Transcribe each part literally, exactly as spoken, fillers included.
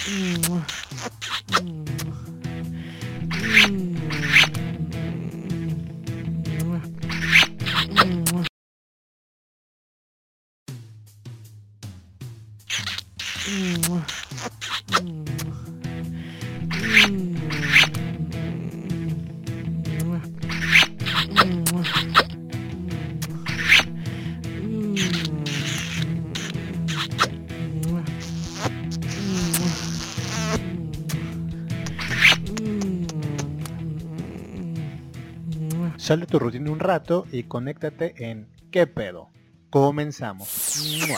Sal de tu rutina un rato y conéctate en ¿Qué pedo? Comenzamos. ¡Mua!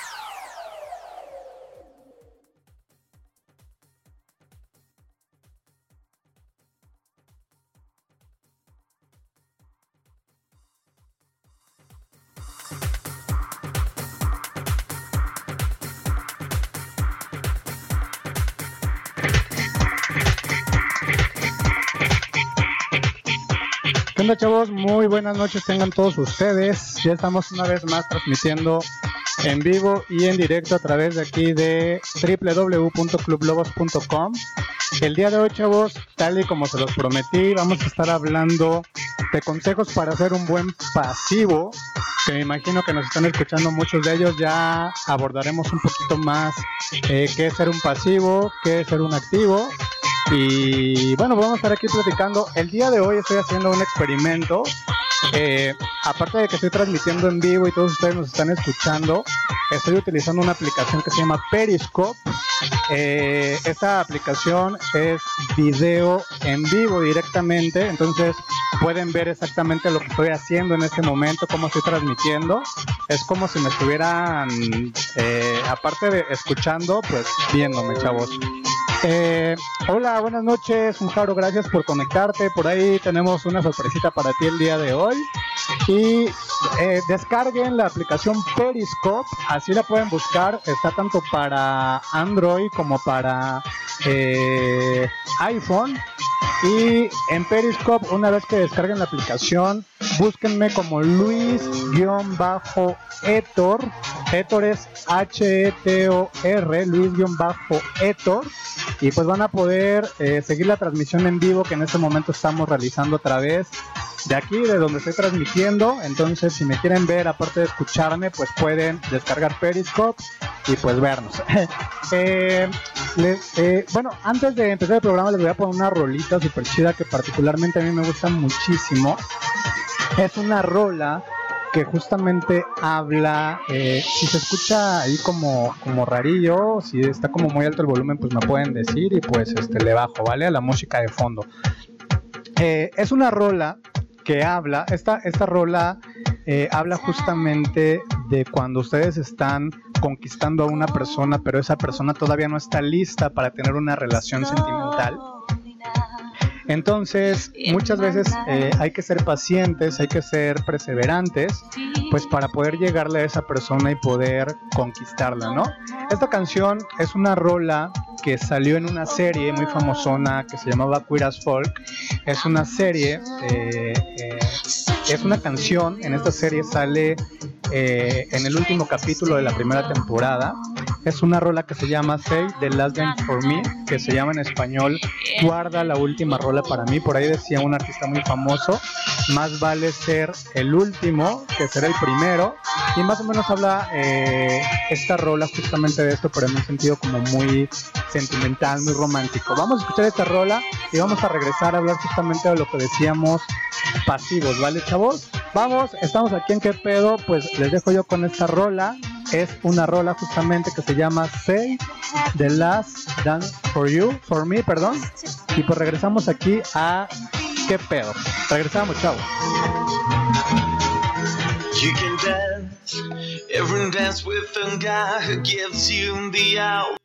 ¿Qué onda, chavos? Muy buenas noches tengan todos ustedes. Ya estamos una vez más transmitiendo en vivo y en directo a través de aquí de doble u doble u doble u punto club lobos punto com. El día de hoy, chavos, tal y como se los prometí, vamos a estar hablando de consejos para hacer un buen pasivo, que me imagino que nos están escuchando muchos de ellos. Ya abordaremos un poquito más eh, qué es ser un pasivo, qué es ser un activo. Y bueno, vamos a estar aquí platicando. El día de hoy estoy haciendo un experimento. Eh, aparte de que estoy transmitiendo en vivo y todos ustedes nos están escuchando, estoy utilizando una aplicación que se llama Periscope. Eh, esta aplicación es video en vivo directamente, entonces pueden ver exactamente lo que estoy haciendo en este momento, cómo estoy transmitiendo. Es como si me estuvieran, eh, aparte de escuchando, pues viéndome, chavos. Eh, hola, buenas noches, Mujaro, gracias por conectarte. Por ahí tenemos una sorpresita para ti el día de hoy. Y eh, descarguen la aplicación Periscope, así la pueden buscar. Está tanto para Android como para eh, iPhone. Y en Periscope, una vez que descarguen la aplicación, búsquenme como Luis-Etor. Etor es H E T O R, Luis-Etor. Y pues van a poder eh, seguir la transmisión en vivo que en este momento estamos realizando a través de aquí, de donde estoy transmitiendo. Entonces, si me quieren ver, aparte de escucharme, pues pueden descargar Periscope y pues vernos. eh, les, eh, bueno, antes de empezar el programa les voy a poner una rolita super chida que particularmente a mí me gusta muchísimo. Es una rola que justamente habla, eh, si se escucha ahí como, como rarillo, si está como muy alto el volumen, pues me pueden decir y pues este le bajo, ¿vale? A la música de fondo. Eh, es una rola que habla, esta, esta rola eh, habla justamente de cuando ustedes están conquistando a una persona, pero esa persona todavía no está lista para tener una relación sentimental. Entonces, muchas veces eh, hay que ser pacientes, hay que ser perseverantes, pues para poder llegarle a esa persona y poder conquistarla, ¿no? Esta canción es una rola que salió en una serie muy famosona que se llamaba Queer as Folk. Es una serie, eh, eh, es una canción, en esta serie sale eh, en el último capítulo de la primera temporada. Es una rola que se llama Save the Last Dance for Me, que se llama en español Guarda la última rola para mí. Por ahí decía un artista muy famoso, más vale ser el último que ser el primero. Y más o menos habla eh, esta rola justamente de esto, pero en un sentido como muy sentimental, muy romántico. Vamos a escuchar esta rola y vamos a regresar a hablar justamente de lo que decíamos pasivos, ¿vale, chavos? Vamos, estamos aquí en ¿Qué pedo? Pues les dejo yo con esta rola. Es una rola justamente que se llama Say the Last Dance for You, for Me, perdón. Y pues regresamos aquí a ¿Qué pedo? Regresamos, chavos. You can dance, every dance with a guy who gives you the out.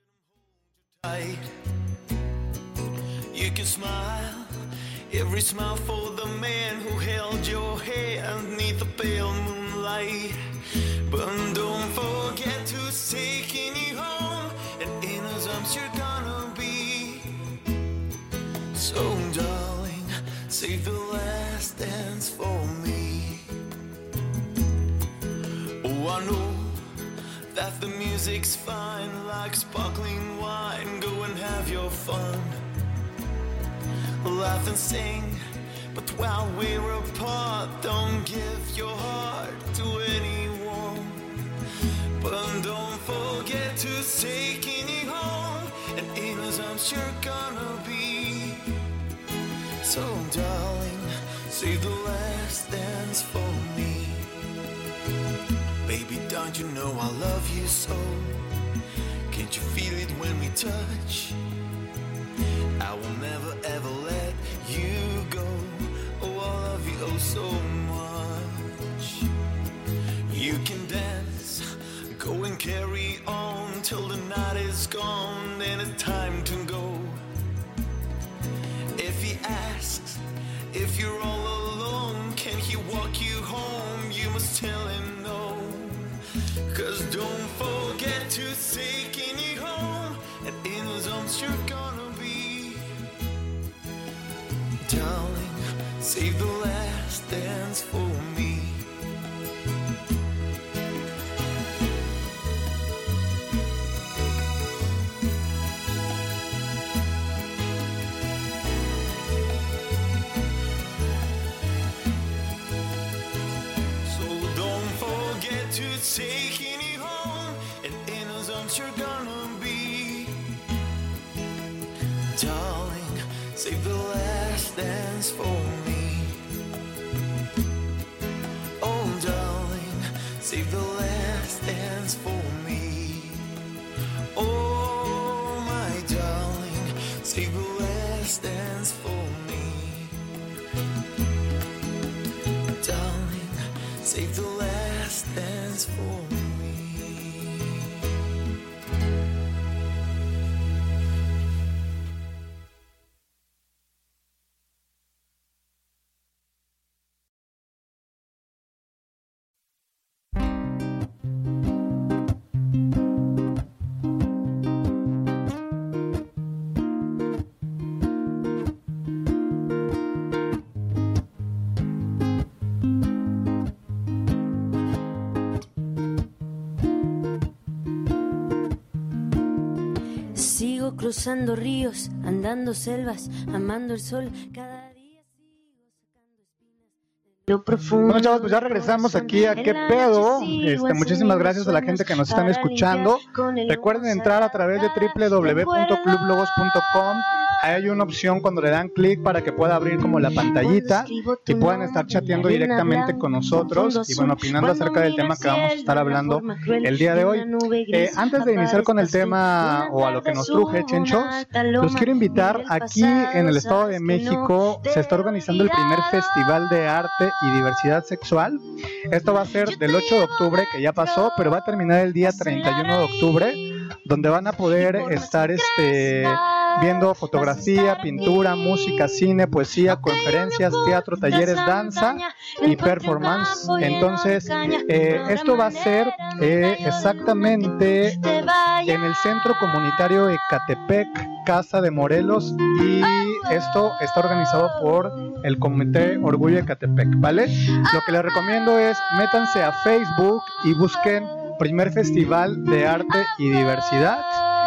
You can smile, every smile for the man who held your hand neath the pale moonlight. But don't forget who's taking you home, and in his arms you're gonna be. So darling, save the last dance for me. Oh, I know that the music's fine, like sparkling wine. Go and have your fun, laugh and sing. But while we're apart, don't give your heart to anyone. But don't forget to take Kenny home, and in his arms you're gonna be. So darling, save the last dance for me. Baby, don't you know I love you so? Can't you feel it when we touch? I will never ever let you go. Oh, I love you oh so much. You can dance, go and carry on till the night is gone, then it's time to go. If he asks if you're all alone, can he walk you home? You must tell him no. Cause don't forget to take Kenny home, and in his arms you're gonna be. Darling, save the last dance for me. So don't forget to take Kenny home, and in his arms you're gonna be. Darling, save the last dance for me. Oh darling, save the last dance for me. Oh my darling, save the last dance for me. Darling, save the last dance for me. Sigo cruzando ríos, andando selvas, amando el sol. Cada día sigo sacando espinas de lo profundo. Bueno, chavos, pues ya regresamos aquí a ¿Qué pedo? Este, muchísimas gracias a la gente que nos están escuchando. Recuerden entrar a través de doble u doble u doble u punto club lobos punto com. Ahí hay una opción cuando le dan clic para que pueda abrir como la pantallita y puedan estar chateando directamente con nosotros y bueno, opinando acerca del tema que vamos a estar hablando el día de hoy. Eh, antes de iniciar con el tema o a lo que nos truje, Chenchos, los quiero invitar aquí en el Estado de México. Se está organizando el primer Festival de Arte y Diversidad Sexual. Esto va a ser del ocho de octubre, que ya pasó, pero va a terminar el día treinta y uno de octubre, donde van a poder estar este viendo fotografía, pintura, música, cine, poesía, conferencias, teatro, talleres, danza y performance. Entonces, eh, esto va a ser eh, exactamente en el Centro Comunitario Ecatepec, Casa de Morelos, y esto está organizado por el Comité Orgullo Ecatepec, ¿vale? Lo que les recomiendo es métanse a Facebook y busquen Primer Festival de Arte y Diversidad.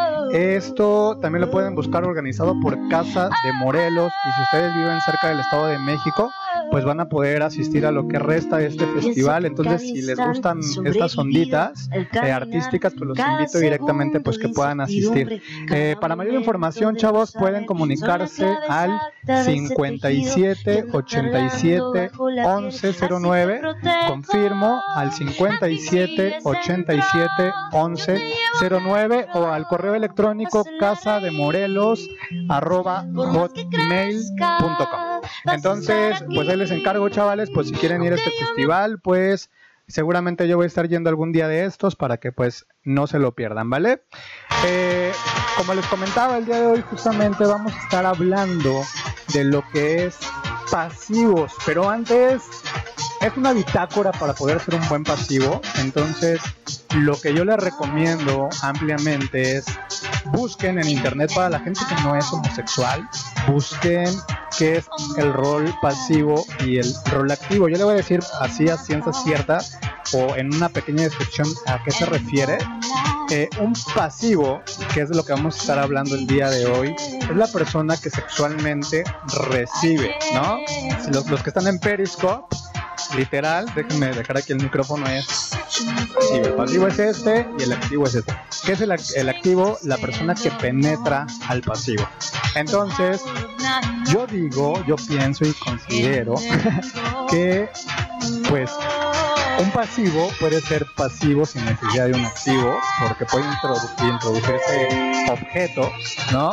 Esto también lo pueden buscar organizado por Casa de Morelos, y si ustedes viven cerca del Estado de México, pues van a poder asistir a lo que resta de este festival. Entonces, si les gustan estas onditas eh, artísticas, pues los invito directamente pues que puedan asistir. Eh, para mayor información, chavos, pueden comunicarse al cincuenta y siete, ochenta y siete, once cero nueve. Confirmo, al cincuenta y siete, ochenta y siete, once cero nueve, o al correo electrónico casademorelos arroba hotmail punto com. Entonces, pues ahí les encargo, chavales, pues si quieren ir a este festival, pues seguramente yo voy a estar yendo algún día de estos para que pues no se lo pierdan, ¿vale? Eh, como les comentaba, el día de hoy justamente vamos a estar hablando de lo que es pasivos, pero antes es una bitácora para poder ser un buen pasivo. Entonces, lo que yo les recomiendo ampliamente es busquen en internet, para la gente que no es homosexual, busquen qué es el rol pasivo y el rol activo. Yo le voy a decir así a ciencia cierta o en una pequeña descripción a qué se refiere. Eh, un pasivo, que es de lo que vamos a estar hablando el día de hoy, es la persona que sexualmente recibe, ¿no? Si los, los que están en Periscope, literal, déjenme dejar aquí el micrófono, es pasivo. El pasivo es este y el activo es este. ¿Qué es el, el activo? La persona que penetra al pasivo. Entonces, yo digo, yo pienso y considero que, pues, un pasivo puede ser pasivo sin necesidad de un activo, porque puede introducir, introducirse objetos, ¿no?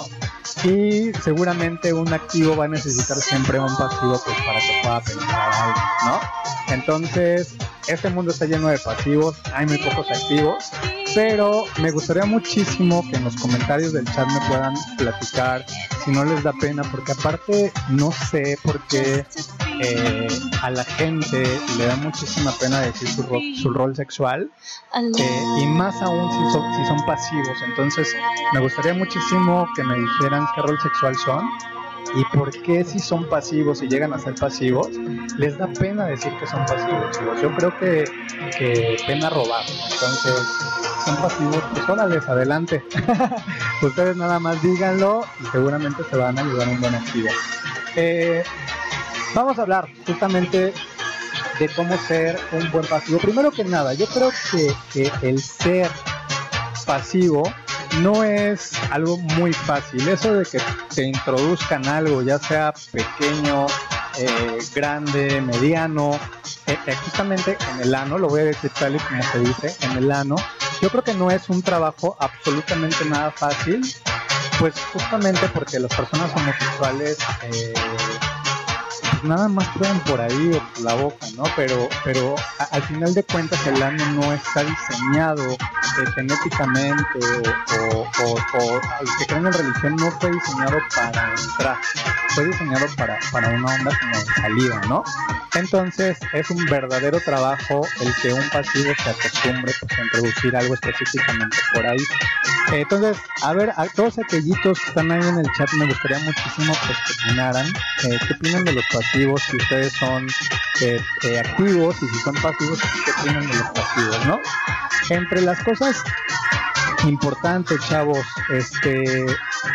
Y seguramente un activo va a necesitar siempre un pasivo, pues, para que pueda penetrar algo, ¿no? Entonces, este mundo está lleno de pasivos, hay muy pocos activos, pero me gustaría muchísimo que en los comentarios del chat me puedan platicar si no les da pena, porque aparte no sé por qué eh, a la gente le da muchísima pena decir su, ro- su rol sexual, eh, y más aún si son, si son pasivos. Entonces me gustaría muchísimo que me dijeran qué rol sexual son y por qué si son pasivos y llegan a ser pasivos les da pena decir que son pasivos, chicos. Yo creo que, que pena robar. Entonces, son pasivos, pues órales, adelante. Ustedes nada más díganlo y seguramente se van a ayudar un buen activo. Eh, vamos a hablar justamente de cómo ser un buen pasivo. Primero que nada, yo creo que, que el ser pasivo no es algo muy fácil. Eso de que te introduzcan algo, ya sea pequeño, eh, grande, mediano, eh, eh, justamente en el ano, lo voy a decir tal y como se dice, en el ano, yo creo que no es un trabajo absolutamente nada fácil, pues justamente porque las personas homosexuales eh, pues nada más pueden por ahí o por la boca, ¿no? Pero, pero a, al final de cuentas el ano no está diseñado eh, genéticamente o, o, o, o los que creen en religión no fue diseñado para entrar, fue diseñado para, para una onda como de salida, ¿no? Entonces es un verdadero trabajo el que un pasivo se acostumbre, pues, a introducir algo específicamente por ahí. Eh, entonces, a ver, a todos aquellitos que están ahí en el chat, me gustaría muchísimo pues, que opinaran, eh, qué opinan de los pasivos, si ustedes son eh, eh, activos y si son pasivos, qué opinan de los pasivos, ¿no? Entre las cosas importantes, chavos, este...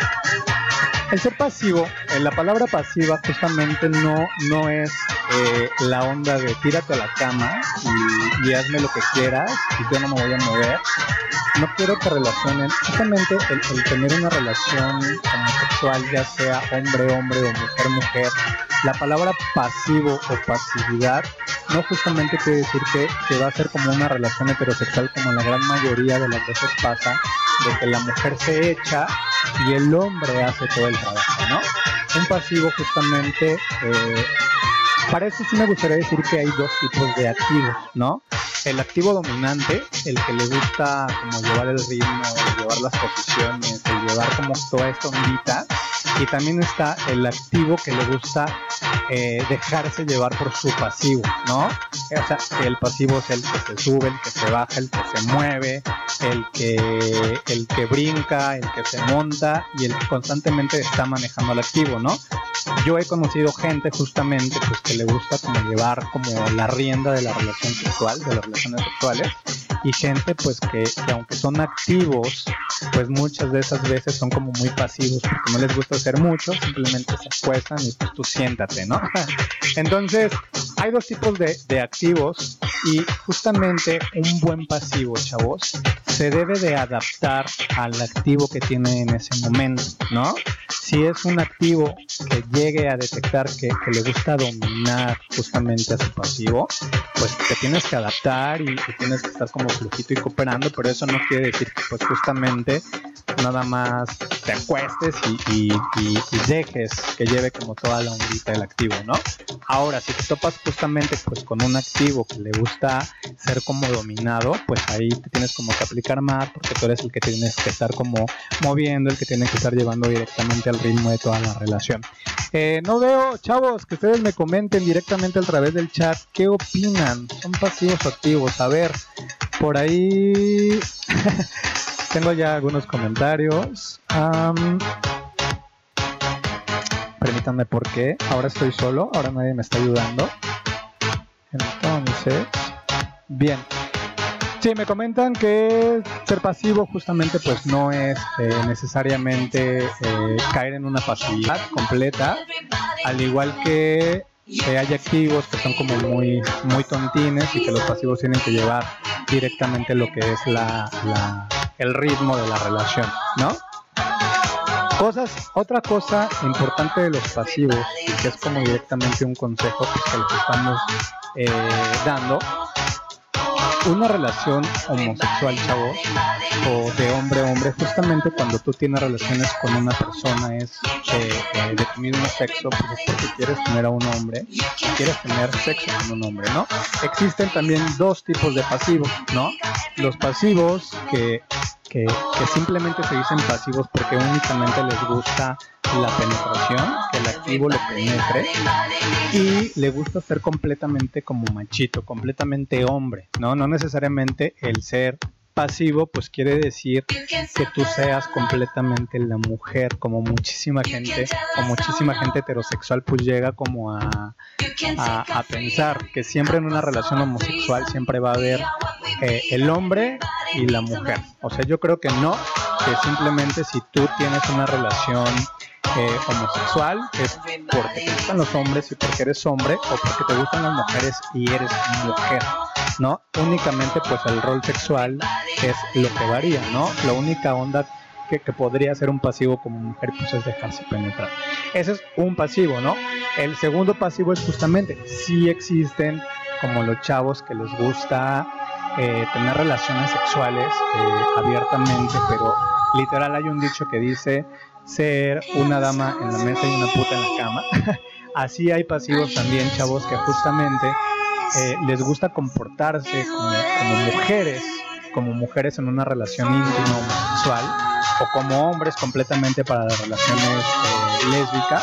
el ser pasivo, eh, la palabra pasiva justamente no, no es eh, la onda de tírate a la cama y, y hazme lo que quieras y yo no me voy a mover. No quiero que relacionen, justamente el, el tener una relación homosexual, ya sea hombre-hombre o mujer-mujer, la palabra pasivo o pasividad no justamente quiere decir que, que va a ser como una relación heterosexual como la gran mayoría de las veces pasa, de que la mujer se echa y el hombre hace todo el trabajo, ¿no? Un pasivo justamente, eh, para eso sí me gustaría decir que hay dos tipos de activos, ¿no? El activo dominante, el que le gusta como llevar el ritmo, el llevar las posiciones, el llevar como toda esta ondita, y también está el activo que le gusta eh, dejarse llevar por su pasivo, ¿no? O sea, el pasivo es el que se sube, el que se baja, el que se mueve, el que, el que brinca, el que se monta y el que constantemente está manejando al activo, ¿no? Yo he conocido gente justamente pues que le gusta como llevar como la rienda de la relación sexual, de las relaciones sexuales, y gente pues que, que aunque son activos, pues muchas de esas veces son como muy pasivos porque no les gusta hacer mucho, simplemente se acuestan y pues tú siéntate, ¿no? Entonces hay dos tipos de, de activos y justamente un buen pasivo, chavos, se debe de adaptar al activo que tiene en ese momento, ¿no? Si es un activo que llegue a detectar que, que le gusta dominar justamente a su pasivo, pues te tienes que adaptar y, y tienes que estar como flujito y cooperando, pero eso no quiere decir que pues justamente nada más te acuestes y, y, y, y dejes que lleve como toda la ondita del activo, ¿no? Ahora, si te topas justamente pues con un activo que le gusta ser como dominado, pues ahí te tienes como que aplicar más porque tú eres el que tienes que estar como moviendo, el que tiene que estar llevando directamente al ritmo de toda la relación. Eh, no veo, chavos, que ustedes me comenten directamente a través del chat qué opinan, son pasivos o activos. A ver, por ahí tengo ya algunos comentarios. Um, permítanme por qué. Ahora estoy solo, ahora nadie me está ayudando. Entonces, bien. Sí, me comentan que ser pasivo justamente pues no es eh, necesariamente eh, caer en una pasividad completa, al igual que eh, hay activos que son como muy, muy tontines y que los pasivos tienen que llevar directamente lo que es la, la, el ritmo de la relación, ¿no? Cosas, otra cosa importante de los pasivos, y que es como directamente un consejo pues, que les estamos eh, dando, una relación homosexual, chavos, o de hombre a hombre, justamente cuando tú tienes relaciones con una persona es eh, eh, de tu mismo sexo, pues es porque quieres tener a un hombre, quieres tener sexo con un hombre, ¿no? Existen también dos tipos de pasivos, ¿no? Los pasivos que, que, que simplemente se dicen pasivos porque únicamente les gusta la penetración, que el activo le penetre, y le gusta ser completamente como machito, completamente hombre, ¿no? No necesariamente el ser pasivo pues quiere decir que tú seas completamente la mujer, como muchísima gente o muchísima gente heterosexual pues llega como a, a, a pensar que siempre en una relación homosexual siempre va a haber eh, el hombre y la mujer. O sea, yo creo que no, que simplemente si tú tienes una relación Eh, homosexual es porque te gustan los hombres y porque eres hombre, o porque te gustan las mujeres y eres mujer, ¿no? Únicamente pues el rol sexual es lo que varía, ¿no? La única onda que, que podría ser un pasivo como mujer pues es dejarse penetrar. Ese es un pasivo, ¿no? El segundo pasivo es justamente, sí existen como los chavos que les gusta eh, tener relaciones sexuales eh, abiertamente, pero literal hay un dicho que dice ser una dama en la mesa y una puta en la cama. Así hay pasivos también, chavos, que justamente eh, les gusta comportarse como, como mujeres, como mujeres en una relación íntima homosexual, o como hombres completamente para las relaciones eh, lésbicas.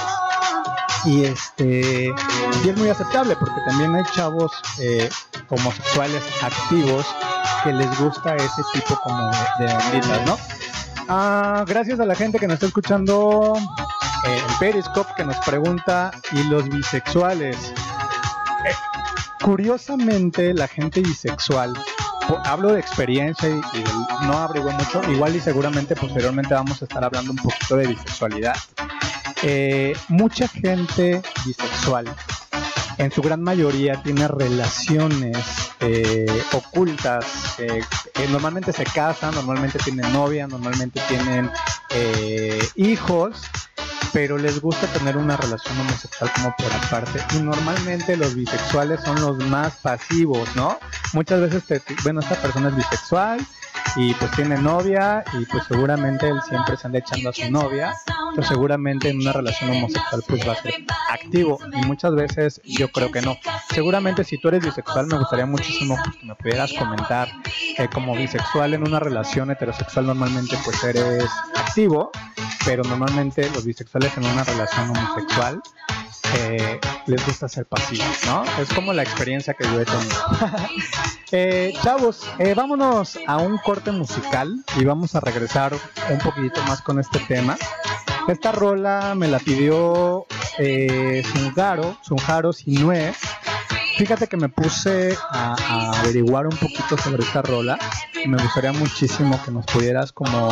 Y este y es muy aceptable porque también hay chavos eh, homosexuales activos que les gusta ese tipo como de, de onditas, ¿no? Ah, gracias a la gente que nos está escuchando eh, en Periscope, que nos pregunta, ¿y los bisexuales? Eh, curiosamente, la gente bisexual, po, hablo de experiencia y, y del, no averigué mucho, igual y seguramente posteriormente vamos a estar hablando un poquito de bisexualidad. Eh, mucha gente bisexual, en su gran mayoría, tiene relaciones eh, ocultas. Eh, eh, normalmente se casan, normalmente tienen novia, normalmente tienen eh, hijos, pero les gusta tener una relación homosexual como por aparte. Y normalmente los bisexuales son los más pasivos, ¿no? Muchas veces, te, bueno, esta persona es bisexual y pues tiene novia y pues seguramente él siempre se anda echando a su novia, pues seguramente en una relación homosexual pues va a ser activo, y muchas veces yo creo que no. Seguramente si tú eres bisexual me gustaría muchísimo pues, que me pudieras comentar eh, como bisexual en una relación heterosexual normalmente pues eres activo, pero normalmente los bisexuales en una relación homosexual eh, les gusta ser pasivos, ¿no? Es como la experiencia que yo he tenido. eh, chavos, eh, vámonos a un corte musical y vamos a regresar un poquitito más con este tema. Esta rola me la pidió eh, Sunjaro, Sunjaro Sinue. Fíjate que me puse a, a averiguar un poquito sobre esta rola y me gustaría muchísimo que nos pudieras como...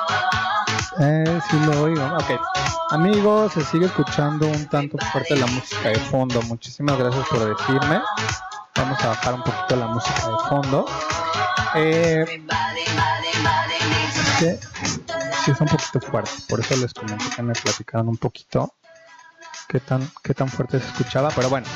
Eh, sí lo oigo, ok. Amigos, se sigue escuchando un tanto fuerte la música de fondo. Muchísimas gracias por decirme. Vamos a bajar un poquito la música de fondo. Eh, sí, sí es un poquito fuerte, por eso les comenté que me platicaron un poquito qué tan, qué tan fuerte se escuchaba, pero bueno.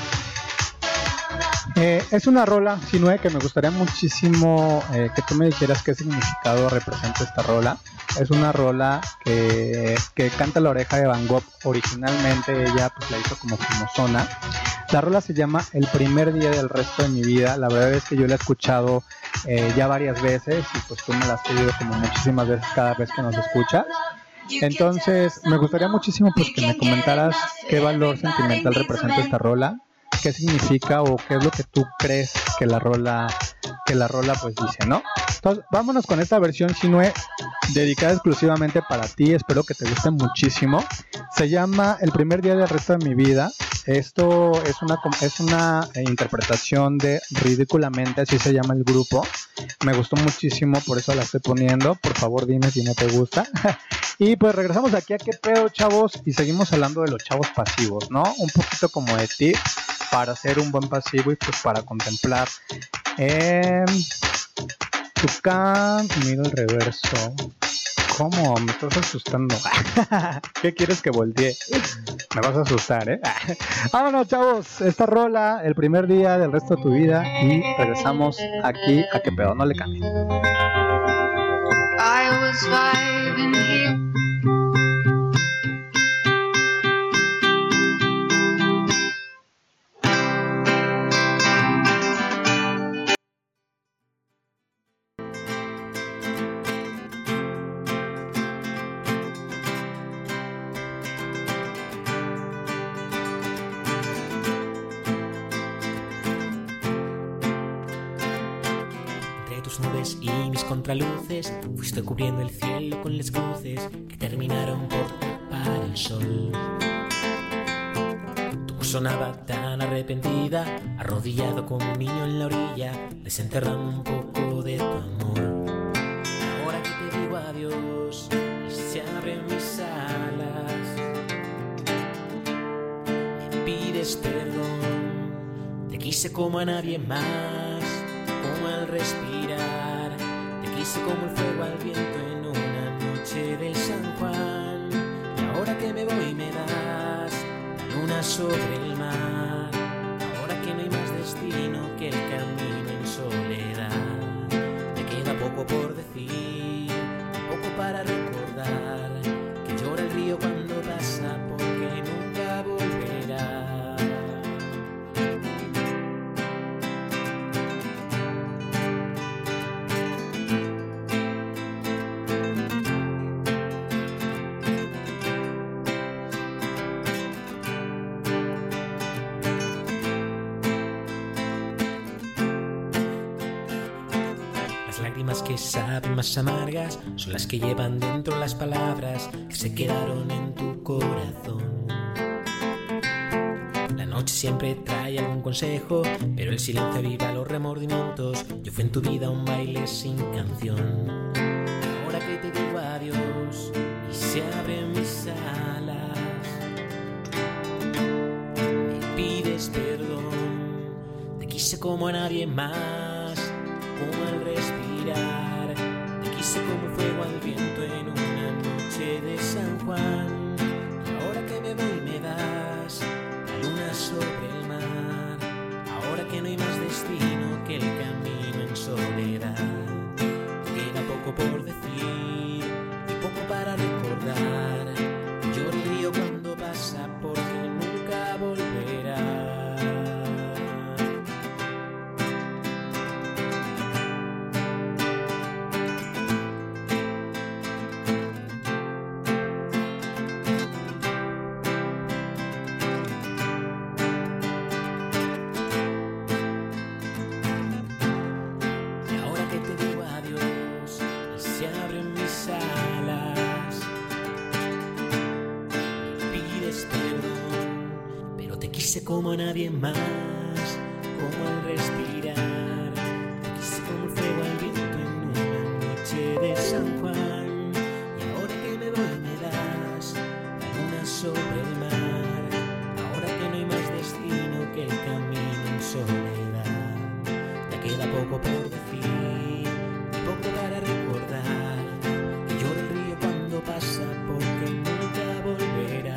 Eh, es una rola, Sinue, que me gustaría muchísimo eh, que tú me dijeras qué significado representa esta rola. Es una rola que, que canta La Oreja de Van Gogh. Originalmente ella pues la hizo como famosona. La rola se llama El primer día del resto de mi vida. La verdad es que yo la he escuchado eh, ya varias veces y pues tú me la has pedido como muchísimas veces cada vez que nos escuchas. Entonces me gustaría muchísimo pues que me comentaras qué valor sentimental representa esta rola, qué significa o qué es lo que tú crees que la rola que la rola pues dice, ¿no? Entonces vámonos con esta versión Sinue dedicada exclusivamente para ti. Espero que te guste muchísimo. Se llama El primer día del resto de mi vida. Esto es una, es una interpretación de Ridículamente, así se llama el grupo. Me gustó muchísimo, por eso la estoy poniendo. Por favor, dime si no te gusta. Y pues regresamos aquí a qué pedo, chavos, y seguimos hablando de los chavos pasivos, ¿no? Un poquito como de tips para ser un buen pasivo y pues para contemplar. Eh, Tucán, mira el reverso. ¿Cómo? Me estás asustando. ¿Qué quieres que voltee? Me vas a asustar, ¿eh? Vámonos, chavos. Esta rola, el primer día del resto de tu vida. Y regresamos aquí a qué pedo. No le cambien. I was five and here. Y mis contraluces, fuiste cubriendo el cielo con las cruces que terminaron por tapar el sol. Tu voz sonaba tan arrepentida, arrodillado como un niño en la orilla, desenterrando un poco de tu amor. Ahora que te digo adiós y se abren mis alas, me pides perdón. Te quise como a nadie más, como al respirar. Quise como el fuego al viento en una noche de San Juan. Y ahora que me voy me das la luna sobre el mar. Ahora que no hay más destino que el camino en soledad. Me queda poco por decir, poco para recordar, que llora el río cuando pasa porque nunca volverá. Que saben más amargas son las que llevan dentro las palabras que se quedaron en tu corazón. La noche siempre trae algún consejo, pero el silencio aviva los remordimientos. Yo fui en tu vida un baile sin canción. Ahora que te digo adiós y se abren mis alas, me pides perdón. Te quise como a nadie más, como al respirar. Te quise como fuego al viento en una noche de San Juan. Y ahora que me voy me das la luna sobre el mar. Ahora que no hay más destino que el camino en soledad. Queda poco por decir y poco para recordar. Llora el río cuando pasa porque nunca volverá. Como a nadie más, como al respirar. Te quise como el fuego al viento en una noche de San Juan. Y ahora que me voy me das la luna sobre el mar. Ahora que no hay más destino que el camino en soledad. Te queda poco por decir y poco para recordar. Que llora el río cuando pasa porque nunca volverá.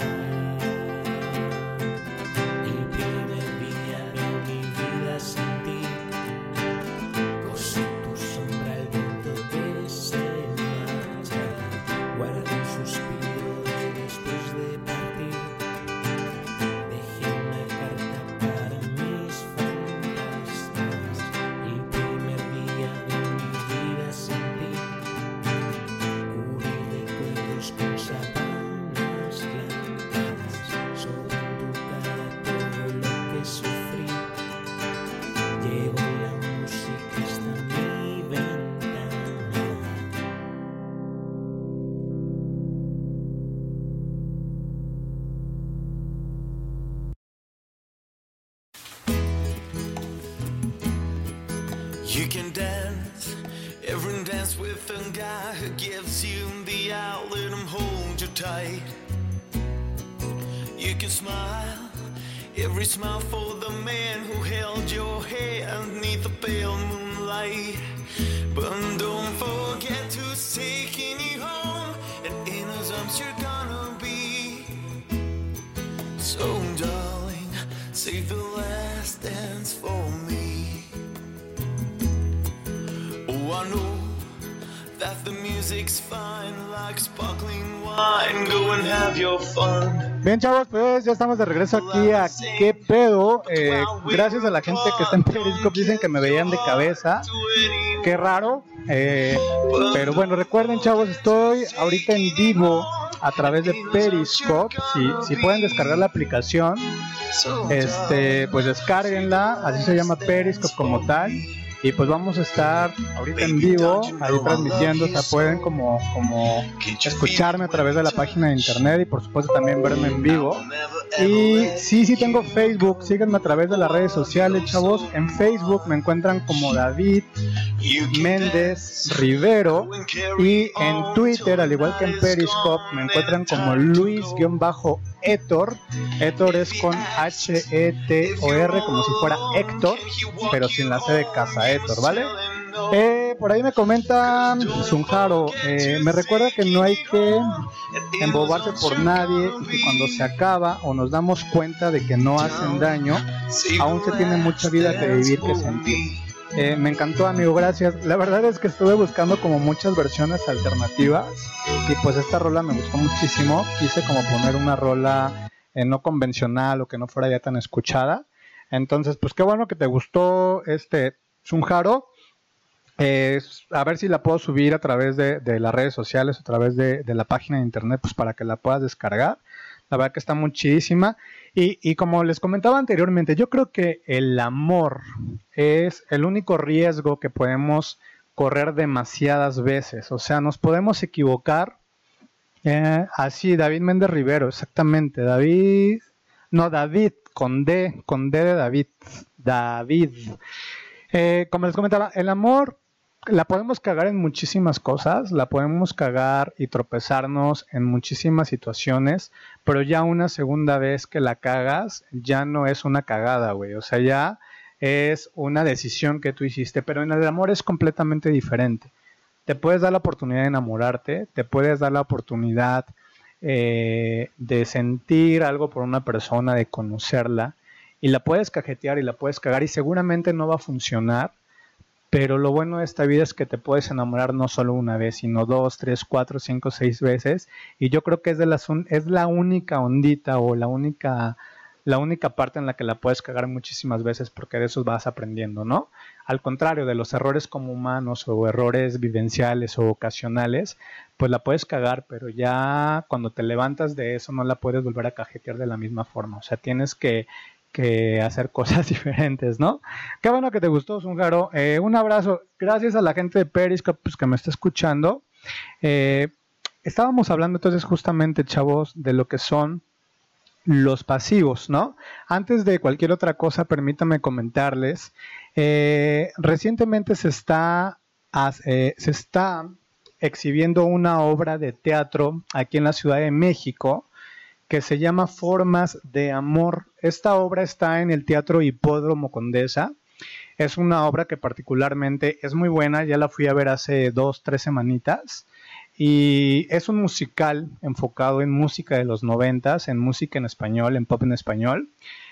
You can dance, every dance with a guy who gives you the out, let him hold you tight. You can smile, every smile for the man who held your hand neath the pale moonlight. But don't forget who's taking you home, and in his arms you're gonna be. So darling, save the last dance for me. Oh, I know that the music's fine, like sparkling wine. Go and have your fun. Bien, chavos, pues ya estamos de regreso aquí a ¿Qué pedo? Eh, gracias a la gente que está en Periscope, dicen que me veían de cabeza. Qué raro. Eh, pero bueno, recuerden, chavos, estoy ahorita en vivo a través de Periscope. Si, si pueden descargar la aplicación, este, pues descárguenla. Así se llama Periscope como tal. Y pues vamos a estar ahorita en vivo, ahí transmitiendo, o sea, pueden como, como escucharme a través de la página de internet y por supuesto también verme en vivo. Y sí, sí tengo Facebook, síganme a través de las redes sociales, chavos. En Facebook me encuentran como David Méndez Rivero y en Twitter, al igual que en Periscope, me encuentran como Luis-Héctor. Héctor es con H E T O R, como si fuera Héctor, pero sin la C de casa, Héctor, ¿vale? Eh, por ahí me comentan Zunjaro, eh, me recuerda que no hay que embobarse por nadie y que cuando se acaba o nos damos cuenta de que no hacen daño, aún se tiene mucha vida que vivir que sentir. Eh, me encantó, amigo, gracias. La verdad es que estuve buscando como muchas versiones alternativas y pues esta rola me gustó muchísimo. Quise como poner una rola eh, no convencional o que no fuera ya tan escuchada. Entonces, pues qué bueno que te gustó este Zunjaro. Eh, a ver si la puedo subir a través de, de las redes sociales, a través de, de la página de internet, pues para que la puedas descargar. La verdad que está muchísima. Y, y como les comentaba anteriormente, yo creo que el amor es el único riesgo que podemos correr demasiadas veces. O sea, nos podemos equivocar. Eh, así, David Méndez Rivero, exactamente. David, no, David, con D, con D de David. David. Eh, como les comentaba, el amor la podemos cagar en muchísimas cosas, la podemos cagar y tropezarnos en muchísimas situaciones, pero ya una segunda vez que la cagas, ya no es una cagada, güey, o sea, ya es una decisión que tú hiciste, pero en el amor es completamente diferente. Te puedes dar la oportunidad de enamorarte, te puedes dar la oportunidad eh, de sentir algo por una persona, de conocerla, y la puedes cajetear y la puedes cagar y seguramente no va a funcionar. Pero lo bueno de esta vida es que te puedes enamorar no solo una vez, sino dos, tres, cuatro, cinco, seis veces. Y yo creo que es, de las un, es la única ondita o la única, la única parte en la que la puedes cagar muchísimas veces porque de eso vas aprendiendo, ¿no? Al contrario de los errores como humanos o errores vivenciales o ocasionales, pues la puedes cagar, pero ya cuando te levantas de eso no la puedes volver a cajetear de la misma forma. O sea, tienes que... que hacer cosas diferentes, ¿no? Qué bueno que te gustó, Zunjaro. Eh, un abrazo. Gracias a la gente de Periscope pues, que me está escuchando. Eh, estábamos hablando entonces justamente, chavos, de lo que son los pasivos, ¿no? Antes de cualquier otra cosa, permítame comentarles. Eh, recientemente se está, eh, se está exhibiendo una obra de teatro aquí en la Ciudad de México, que se llama Formas de Amor. Esta obra está en el Teatro Hipódromo Condesa. Es una obra que particularmente es muy buena, ya la fui a ver hace dos, tres semanitas. Y es un musical enfocado en música de los noventas, en música en español, en pop en español.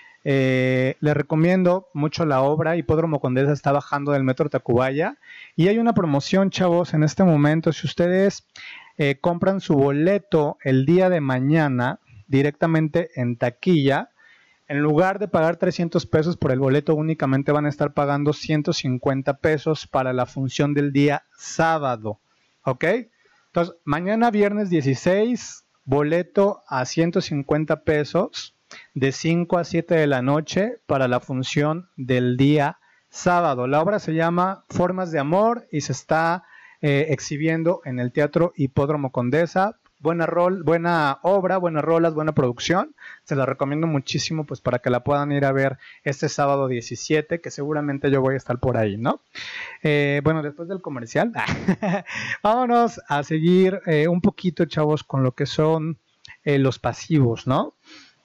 Eh, les recomiendo mucho la obra. Hipódromo Condesa está bajando del metro Tacubaya. Y hay una promoción, chavos, en este momento. Si ustedes eh, compran su boleto el día de mañana, directamente en taquilla, en lugar de pagar trescientos pesos por el boleto, únicamente van a estar pagando ciento cincuenta pesos para la función del día sábado, ¿ok? Entonces, mañana viernes dieciséis, boleto a ciento cincuenta pesos, de cinco a siete de la noche para la función del día sábado. La obra se llama Formas de Amor y se está eh, exhibiendo en el Teatro Hipódromo Condesa. buena rol, buena obra, buenas rolas, buena producción. Se la recomiendo muchísimo pues para que la puedan ir a ver este sábado diecisiete, que seguramente yo voy a estar por ahí, ¿no? Eh, bueno, después del comercial, vámonos a seguir eh, un poquito, chavos, con lo que son eh, los pasivos, ¿no?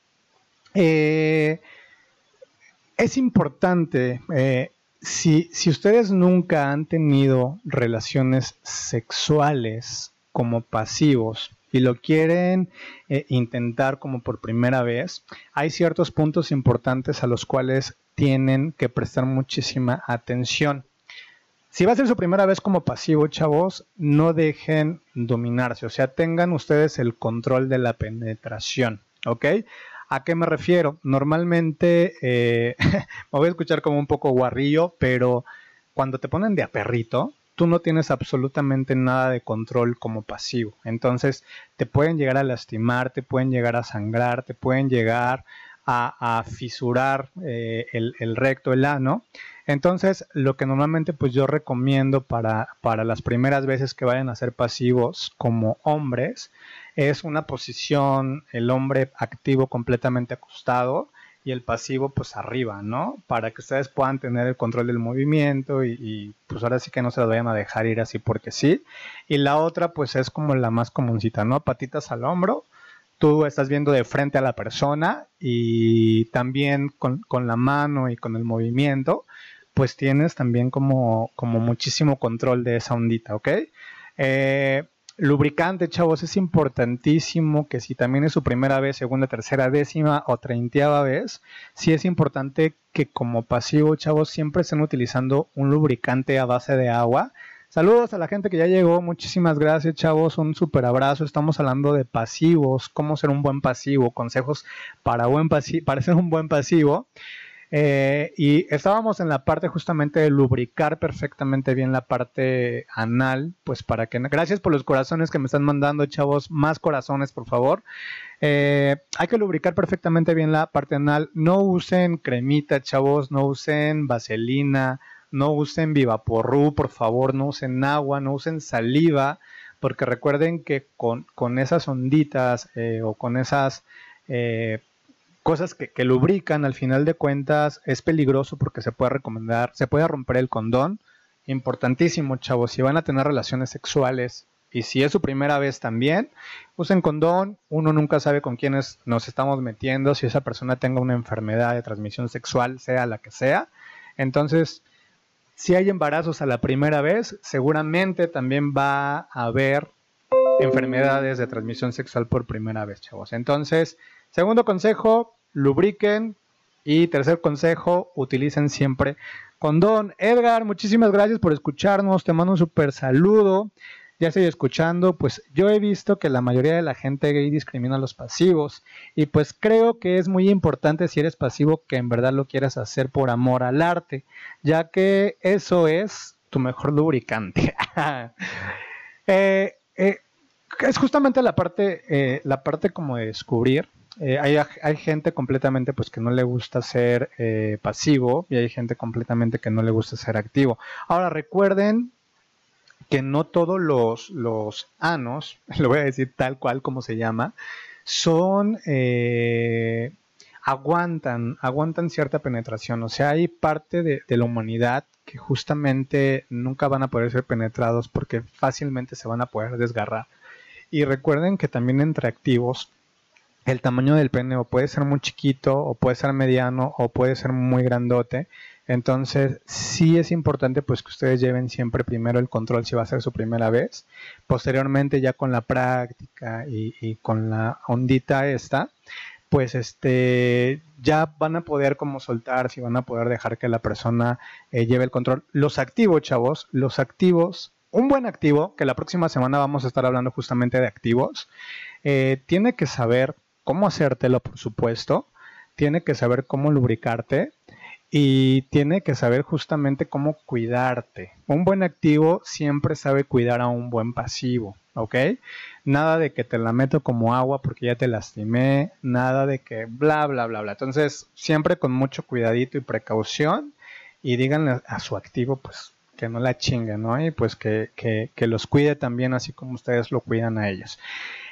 Eh, es importante, eh, si, si ustedes nunca han tenido relaciones sexuales como pasivos y lo quieren eh, intentar como por primera vez, hay ciertos puntos importantes a los cuales tienen que prestar muchísima atención. Si va a ser su primera vez como pasivo, chavos, no dejen dominarse, o sea, tengan ustedes el control de la penetración, ¿ok? ¿A qué me refiero? Normalmente, eh, me voy a escuchar como un poco guarrillo, pero cuando te ponen de a perrito, tú no tienes absolutamente nada de control como pasivo. Entonces, te pueden llegar a lastimar, te pueden llegar a sangrar, te pueden llegar a, a fisurar eh, el, el recto, el ano. Entonces, lo que normalmente pues yo recomiendo para, para las primeras veces que vayan a ser pasivos como hombres, es una posición, el hombre activo completamente acostado y el pasivo pues arriba, ¿no? Para que ustedes puedan tener el control del movimiento y, y pues ahora sí que no se las vayan a dejar ir así porque sí. Y la otra pues es como la más comuncita, ¿no? Patitas al hombro, tú estás viendo de frente a la persona y también con, con la mano y con el movimiento, pues tienes también como, como muchísimo control de esa ondita, ¿ok? Eh, lubricante, chavos, es importantísimo que si también es su primera vez, segunda, tercera, décima o treintaava vez, sí es importante que como pasivo, chavos, siempre estén utilizando un lubricante a base de agua. Saludos a la gente que ya llegó, muchísimas gracias, chavos, un súper abrazo. Estamos hablando de pasivos, cómo ser un buen pasivo, consejos para, buen pasi- para ser un buen pasivo. Eh, y estábamos en la parte justamente de lubricar perfectamente bien la parte anal, pues para que, gracias por los corazones que me están mandando, chavos, más corazones por favor. Eh, hay que lubricar perfectamente bien la parte anal, no usen cremita, chavos, no usen vaselina, no usen Vivaporru, por favor, no usen agua, no usen saliva, porque recuerden que con, con esas onditas eh, o con esas eh, cosas que, que lubrican, al final de cuentas es peligroso porque se puede recomendar, se puede romper el condón. Importantísimo, chavos, si van a tener relaciones sexuales y si es su primera vez también, usen condón. Uno nunca sabe con quiénes nos estamos metiendo, si esa persona tenga una enfermedad de transmisión sexual, sea la que sea. Entonces, si hay embarazos a la primera vez, seguramente también va a haber enfermedades de transmisión sexual por primera vez, chavos. Entonces, segundo consejo, lubriquen. Y tercer consejo, utilicen siempre condón. Edgar, muchísimas gracias por escucharnos. Te mando un súper saludo. Ya estoy escuchando, pues yo he visto que la mayoría de la gente gay discrimina a los pasivos. Y pues creo que es muy importante, si eres pasivo, que en verdad lo quieras hacer por amor al arte, ya que eso es tu mejor lubricante. eh, eh, es justamente la parte, eh, la parte como de descubrir. Eh, hay, hay gente completamente pues que no le gusta ser eh, pasivo y hay gente completamente que no le gusta ser activo. Ahora recuerden que no todos los, los anos, lo voy a decir tal cual como se llama, son, eh, aguantan, aguantan cierta penetración. O sea, hay parte de, de la humanidad que justamente nunca van a poder ser penetrados porque fácilmente se van a poder desgarrar. Y recuerden que también entre activos, el tamaño del pene o puede ser muy chiquito, o puede ser mediano, o puede ser muy grandote. Entonces, sí es importante pues que ustedes lleven siempre primero el control si va a ser su primera vez. Posteriormente, ya con la práctica y, y con la ondita esta, pues este ya van a poder como soltar, si van a poder dejar que la persona eh, lleve el control. Los activos, chavos, los activos, un buen activo, que la próxima semana vamos a estar hablando justamente de activos, eh, tiene que saber cómo hacértelo, por supuesto, tiene que saber cómo lubricarte y tiene que saber justamente cómo cuidarte. Un buen activo siempre sabe cuidar a un buen pasivo, ¿ok? Nada de que te la meto como agua porque ya te lastimé, nada de que bla, bla, bla, bla. Entonces, siempre con mucho cuidadito y precaución y díganle a su activo, pues, que no la chingue, ¿no? Y pues que, que, que los cuide también así como ustedes lo cuidan a ellos.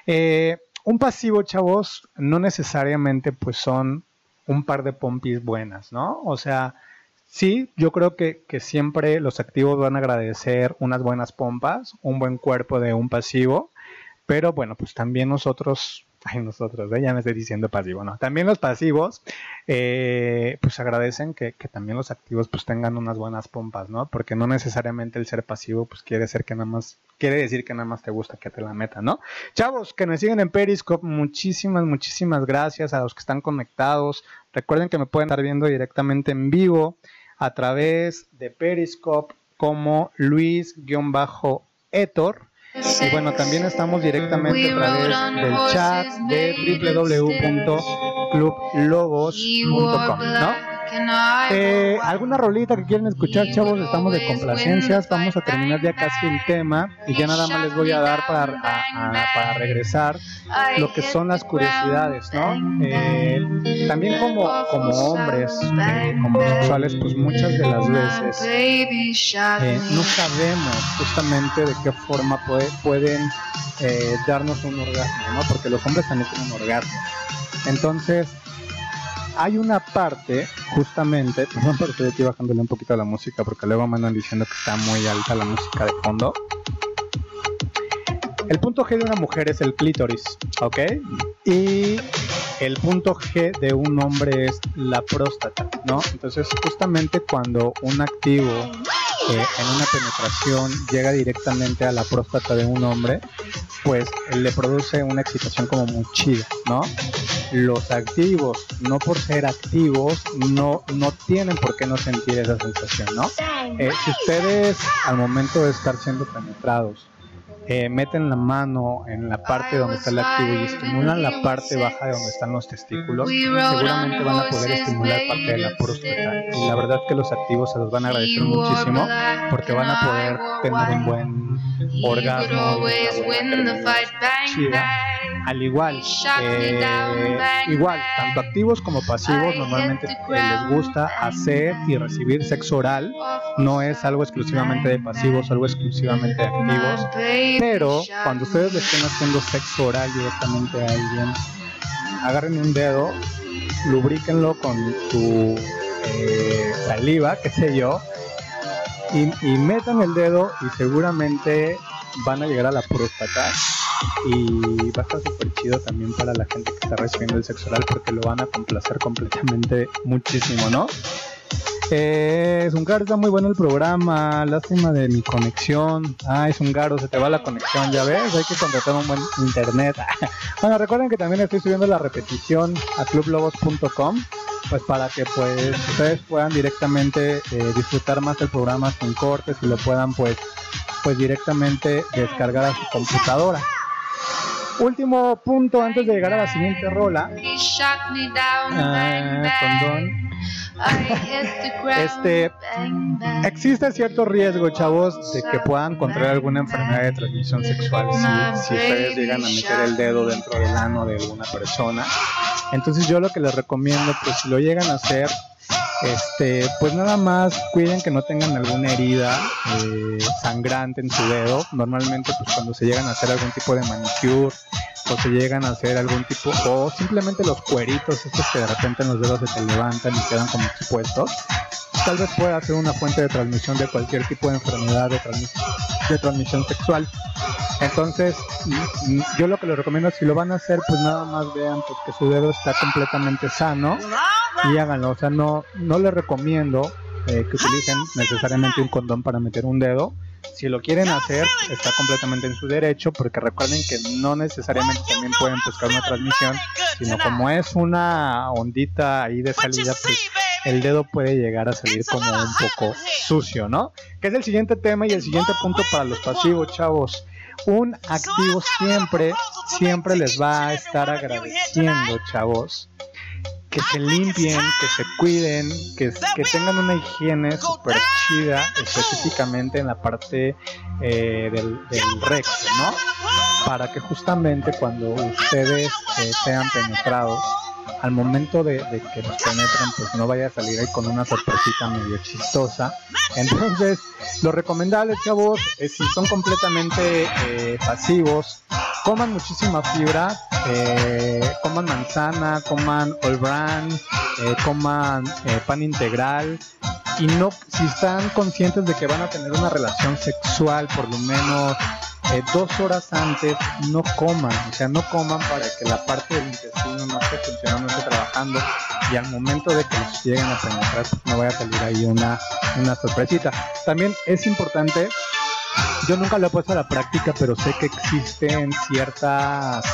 Eh, un pasivo, chavos, no necesariamente pues son un par de pompis buenas, ¿no? O sea, sí, yo creo que, que siempre los activos van a agradecer unas buenas pompas, un buen cuerpo de un pasivo, pero bueno, pues también nosotros, ay nosotros, ¿eh? Ya me estoy diciendo pasivo, ¿no? También los pasivos, eh, pues agradecen que, que también los activos pues tengan unas buenas pompas, ¿no? Porque no necesariamente el ser pasivo pues quiere ser que nada más, quiere decir que nada más te gusta que te la metan, ¿no? Chavos, que me siguen en Periscope, muchísimas, muchísimas gracias a los que están conectados. Recuerden que me pueden estar viendo directamente en vivo a través de Periscope como Luis-Etor. Y bueno, también estamos directamente a través del chat de doble u doble u doble u punto club lobos punto com, ¿no? Eh, ¿Alguna rolita que quieren escuchar, chavos? Estamos de complacencias, vamos a terminar ya casi el tema y ya nada más les voy a dar para, a, a, para regresar lo que son las curiosidades, ¿no? Eh, también como, como hombres, eh, como sexuales, pues muchas de las veces eh, no sabemos justamente de qué forma puede, pueden eh, darnos un orgasmo, ¿no? Porque los hombres también tienen orgasmo. Entonces, hay una parte, justamente, perdón, pero estoy aquí bajándole un poquito a la música porque luego me andan diciendo que está muy alta la música de fondo. El punto G de una mujer es el clítoris, ¿ok? Y el punto G de un hombre es la próstata, ¿no? Entonces, justamente cuando un activo eh, en una penetración llega directamente a la próstata de un hombre, pues le produce una excitación como muy chida, ¿no? Los activos, no por ser activos, no, no tienen por qué no sentir esa sensación, ¿no? Eh, si ustedes al momento de estar siendo penetrados eh, meten la mano en la parte donde está el activo y estimulan la parte baja de donde están los testículos, seguramente van a poder estimular parte de la próstata. Y la verdad es que los activos se los van a agradecer muchísimo porque van a poder tener un buen orgasmo, una buena chida. Al igual, eh, igual, tanto activos como pasivos normalmente eh, les gusta hacer y recibir sexo oral. No es algo exclusivamente de pasivos, algo exclusivamente de activos. Pero cuando ustedes le estén haciendo sexo oral directamente a alguien, agarren un dedo, lubríquenlo con su eh, saliva, qué sé yo, y, y metan el dedo y seguramente van a llegar a la próstata. Y va a estar súper chido también para la gente que está recibiendo el sexo oral porque lo van a complacer completamente muchísimo, ¿no? Eh, Zungaro, está muy bueno el programa, lástima de mi conexión. Ay, Zungaro, se te va la conexión, ya ves, hay que contratar un buen internet. Bueno, recuerden que también estoy subiendo la repetición a club lobos punto com, pues para que pues ustedes puedan directamente eh, disfrutar más del programa sin cortes y lo puedan pues, pues directamente descargar a su computadora. Último punto antes de llegar a la siguiente rola. Ah, condón. Este, existe cierto riesgo, chavos, de que puedan contraer alguna enfermedad de transmisión sexual si, si ustedes llegan a meter el dedo dentro del ano de alguna persona. Entonces yo lo que les recomiendo, pues si lo llegan a hacer, este, pues nada más cuiden que no tengan alguna herida eh, sangrante en su dedo. Normalmente pues cuando se llegan a hacer algún tipo de manicure o se llegan a hacer algún tipo, o simplemente los cueritos estos que de repente en los dedos se te levantan y quedan como expuestos, tal vez pueda ser una fuente de transmisión de cualquier tipo de enfermedad de, transmis- de transmisión sexual. Entonces yo lo que les recomiendo es, si lo van a hacer, pues nada más vean pues que su dedo está completamente sano y háganlo. O sea, no, no les recomiendo eh, que utilicen necesariamente un condón para meter un dedo. Si lo quieren hacer, está completamente en su derecho, porque recuerden que no necesariamente también pueden buscar una transmisión, sino como es una ondita ahí de salida, pues el dedo puede llegar a salir como un poco sucio, ¿no? Que es el siguiente tema y el siguiente punto para los pasivos, chavos. Un activo siempre, siempre les va a estar agradeciendo, chavos, que se limpien, que se cuiden, que, que tengan una higiene súper chida, específicamente en la parte eh, del, del recto, ¿no? Para que justamente cuando ustedes eh, sean penetrados, al momento de, de que los penetren, pues no vaya a salir ahí con una sorpresita medio chistosa. Entonces, lo recomendable, chavos, es si son completamente eh, pasivos, coman muchísima fibra, eh, coman manzana, coman all bran, eh, coman eh, pan integral. Y no, si están conscientes de que van a tener una relación sexual por lo menos eh, dos horas antes, no coman, o sea, no coman para que la parte del intestino no esté funcionando, no esté trabajando, y al momento de que los lleguen a penetrar, pues no vaya a salir ahí una, una sorpresita. También es importante, yo nunca lo he puesto a la práctica, pero sé que existen ciertas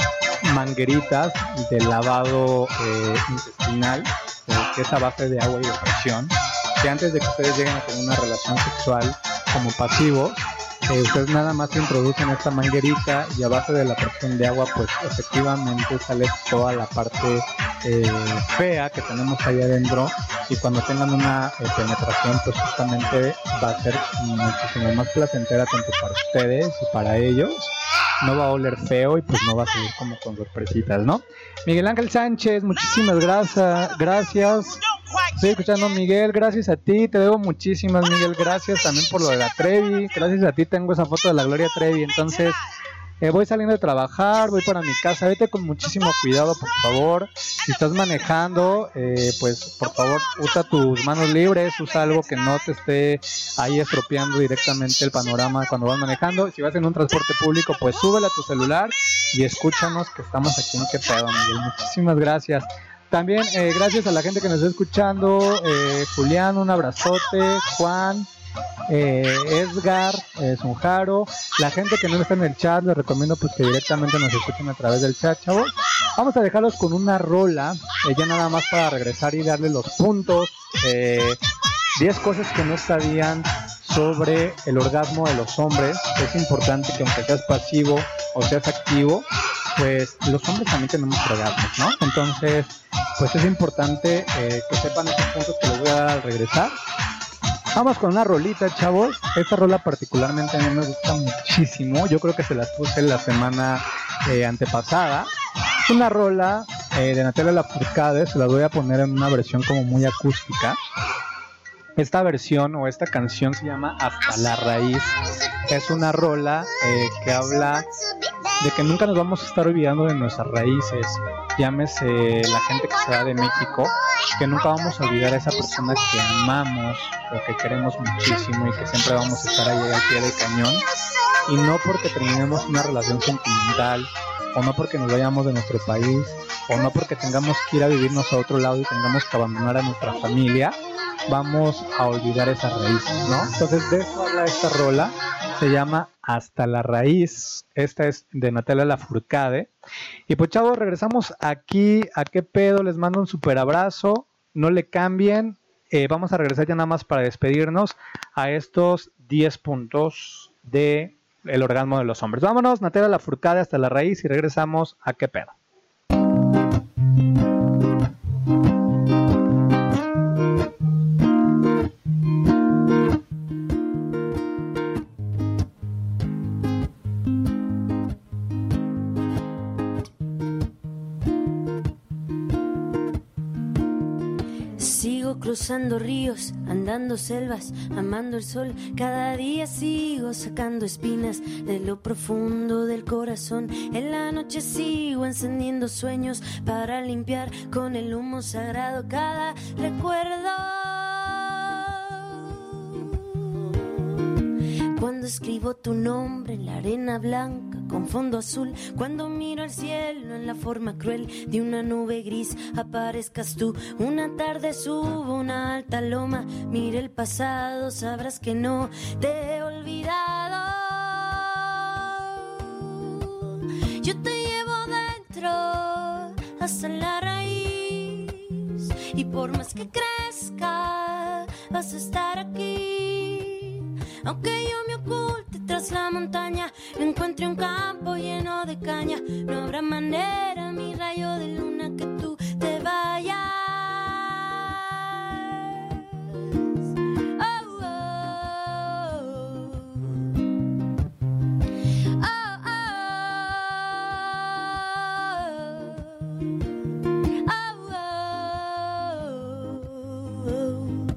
mangueritas de lavado eh, intestinal, eh, que es a base de agua y de presión, que antes de que ustedes lleguen a tener una relación sexual como pasivos, eh, ustedes nada más introducen esta manguerita y a base de la presión de agua, pues efectivamente sale toda la parte eh, fea que tenemos ahí adentro, y cuando tengan una eh, penetración, pues justamente va a ser muchísimo más placentera tanto para ustedes y para ellos. No va a oler feo y pues no va a salir como con sorpresitas, ¿no? Miguel Ángel Sánchez, muchísimas gracias, gracias. Estoy escuchando, Miguel, gracias a ti, te debo muchísimas, Miguel, gracias también por lo de la Trevi, gracias a ti tengo esa foto de la Gloria Trevi. Entonces eh, voy saliendo de trabajar, voy para mi casa, vete con muchísimo cuidado, por favor. Si estás manejando, eh, pues por favor usa tus manos libres, usa algo que no te esté ahí estropeando directamente el panorama cuando vas manejando. Si vas en un transporte público, pues súbele a tu celular y escúchanos, que estamos aquí en Qué Pedo, Miguel. Muchísimas gracias. También eh, gracias a la gente que nos está escuchando, eh, Julián, un abrazote, Juan, eh, Edgar, eh, Sunjaro, la gente que no está en el chat, les recomiendo pues que directamente nos escuchen a través del chat, chavos. Vamos a dejarlos con una rola, eh, ya nada más para regresar y darles los puntos, eh, diez cosas que no sabían sobre el orgasmo de los hombres. Es importante que aunque seas pasivo o seas activo, pues los hombres también tenemos orgasmos, ¿no? Entonces, pues es importante eh, que sepan estos puntos que les voy a dar al regresar. Vamos con una rolita, chavos. Esta rola particularmente a mí me gusta muchísimo. Yo creo que se las puse la semana eh, antepasada. Es una rola eh, de Natalia Lafourcade. Se las voy a poner en una versión como muy acústica. Esta versión o esta canción se llama Hasta la Raíz. Es una rola eh, que habla de que nunca nos vamos a estar olvidando de nuestras raíces. Llámese la gente que se va de México, que nunca vamos a olvidar a esa persona que amamos o que queremos muchísimo y que siempre vamos a estar ahí al pie del cañón. Y no porque terminemos una relación sentimental, o no porque nos vayamos de nuestro país, o no porque tengamos que ir a vivirnos a otro lado y tengamos que abandonar a nuestra familia, vamos a olvidar esas raíces, ¿no? Entonces de eso habla esta rola, se llama Hasta la Raíz. Esta es de Natalia Lafourcade. Y pues chavos, regresamos aquí a Qué Pedo, les mando un super abrazo, no le cambien, eh, vamos a regresar ya nada más para despedirnos a estos diez puntos de el orgasmo de los hombres. Vámonos, Natalia Lafourcade, Hasta la Raíz, y regresamos a Qué Pedo. Cruzando ríos, andando selvas, amando el sol. Cada día sigo sacando espinas de lo profundo del corazón. En la noche sigo encendiendo sueños para limpiar con el humo sagrado cada recuerdo. Cuando escribo tu nombre en la arena blanca con fondo azul, cuando miro al cielo en la forma cruel de una nube gris, aparezcas tú. Una tarde subo una alta loma, mire el pasado, sabrás que no te he olvidado. Yo te llevo dentro hasta la raíz, y por más que crezca vas a estar aquí. Aunque yo me oculte tras la montaña, encuentre un campo lleno de caña, no habrá manera, mi rayo de luna, que tú te vayas. Oh, oh, oh. Oh, oh, oh.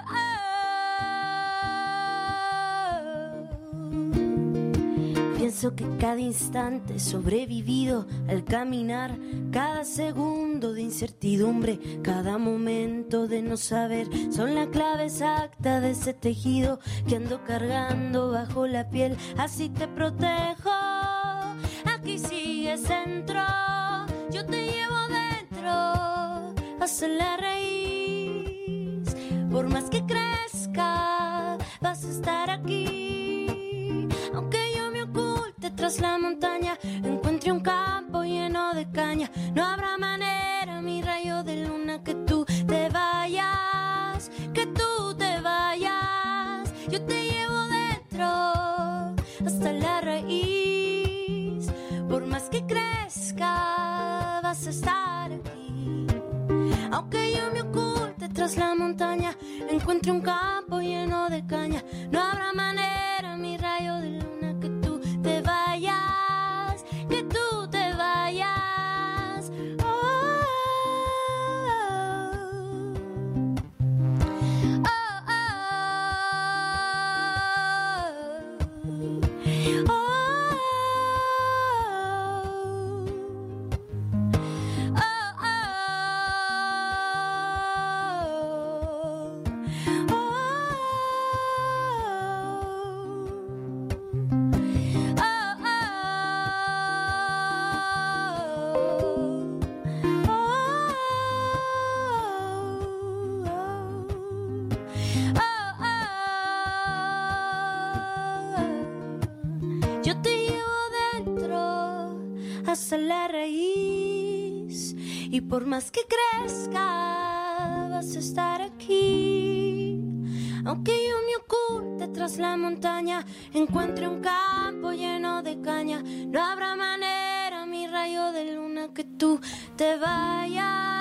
Pienso que cada instante sobrevivido al caminar, cada segundo de incertidumbre, cada momento de no saber, son la clave exacta de ese tejido que ando cargando bajo la piel. Así te protejo, aquí sigues dentro, yo te llevo dentro hasta la raíz. Por más que crezca, vas a estar aquí. Aunque yo me oculte tras la montaña, encuentre un campo lleno de caña, no habrá manera, mi rayo de luna, que tú te vayas, que tú te vayas. Yo te llevo dentro hasta la raíz. Por más que crezca, vas a estar aquí. Aunque yo me oculte tras la montaña, encuentre un campo lleno de caña, no habrá manera, mi rayo de luna, que tú te vayas, que tú te vayas. Oh, oh, oh, oh, oh. Hasta la raíz, y por más que crezca, vas a estar aquí. Aunque yo me oculte tras la montaña, encuentre un campo lleno de caña, no habrá manera, mi rayo de luna, que tú te vayas.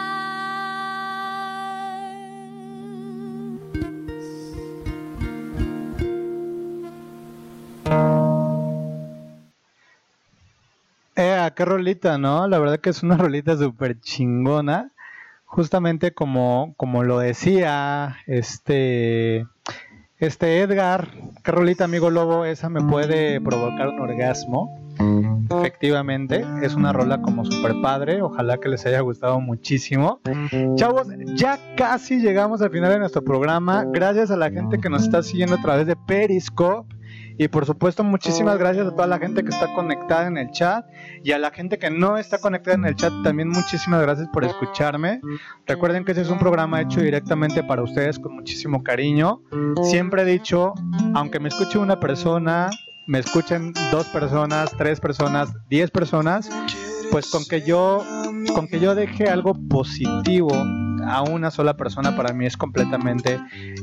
Eh, qué rolita, ¿no? La verdad que es una rolita súper chingona. Justamente como, como lo decía este, este Edgar, qué rolita, amigo Lobo, esa me puede provocar un orgasmo. Efectivamente, es una rola como súper padre. Ojalá que les haya gustado muchísimo. Chavos, ya casi llegamos al final de nuestro programa. Gracias a la gente que nos está siguiendo a través de Periscope. Y por supuesto, muchísimas gracias a toda la gente que está conectada en el chat. Y a la gente que no está conectada en el chat, también muchísimas gracias por escucharme. Recuerden que este es un programa hecho directamente para ustedes con muchísimo cariño. Siempre he dicho, aunque me escuche una persona, me escuchen dos personas, tres personas, diez personas, pues con que yo, con que yo deje algo positivo a una sola persona, para mí es completamente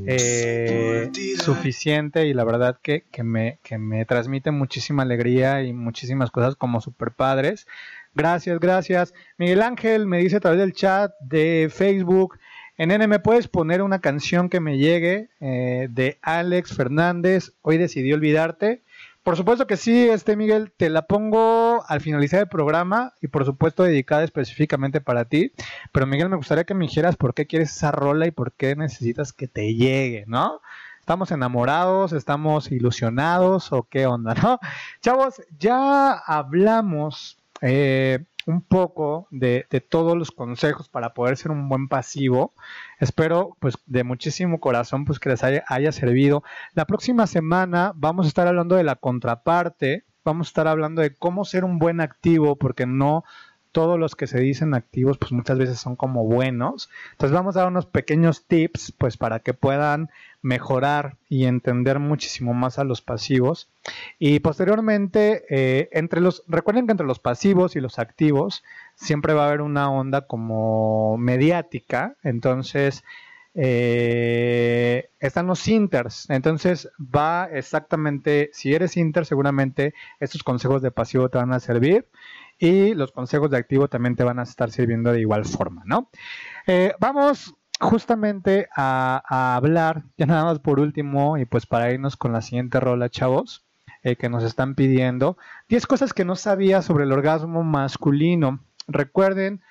eh, suficiente. Y la verdad que, que, me, que me transmite muchísima alegría y muchísimas cosas como super padres. Gracias, gracias. Miguel Ángel me dice a través del chat de Facebook: en N, ¿me puedes poner una canción que me llegue eh, de Alex Fernández, Hoy decidí olvidarte? Por supuesto que sí, este Miguel, te la pongo al finalizar el programa y por supuesto dedicada específicamente para ti. Pero Miguel, me gustaría que me dijeras por qué quieres esa rola y por qué necesitas que te llegue, ¿no? ¿Estamos enamorados? ¿Estamos ilusionados? ¿O qué onda, no? Chavos, ya hablamos eh, un poco de, de todos los consejos para poder ser un buen pasivo. Espero pues de muchísimo corazón pues que les haya, haya servido. La próxima semana vamos a estar hablando de la contraparte, vamos a estar hablando de cómo ser un buen activo, porque no todos los que se dicen activos pues muchas veces son como buenos. Entonces vamos a dar unos pequeños tips pues para que puedan mejorar y entender muchísimo más a los pasivos. Y posteriormente eh, entre los recuerden que entre los pasivos y los activos siempre va a haber una onda como mediática. Entonces eh, están los inters. Entonces va exactamente, si eres inter, seguramente estos consejos de pasivo te van a servir. Y los consejos de activo también te van a estar sirviendo de igual forma, ¿no? Eh, vamos justamente a, a hablar, ya nada más por último, y pues para irnos con la siguiente rola, chavos, eh, que nos están pidiendo. diez cosas que no sabía sobre el orgasmo masculino. Recuerden,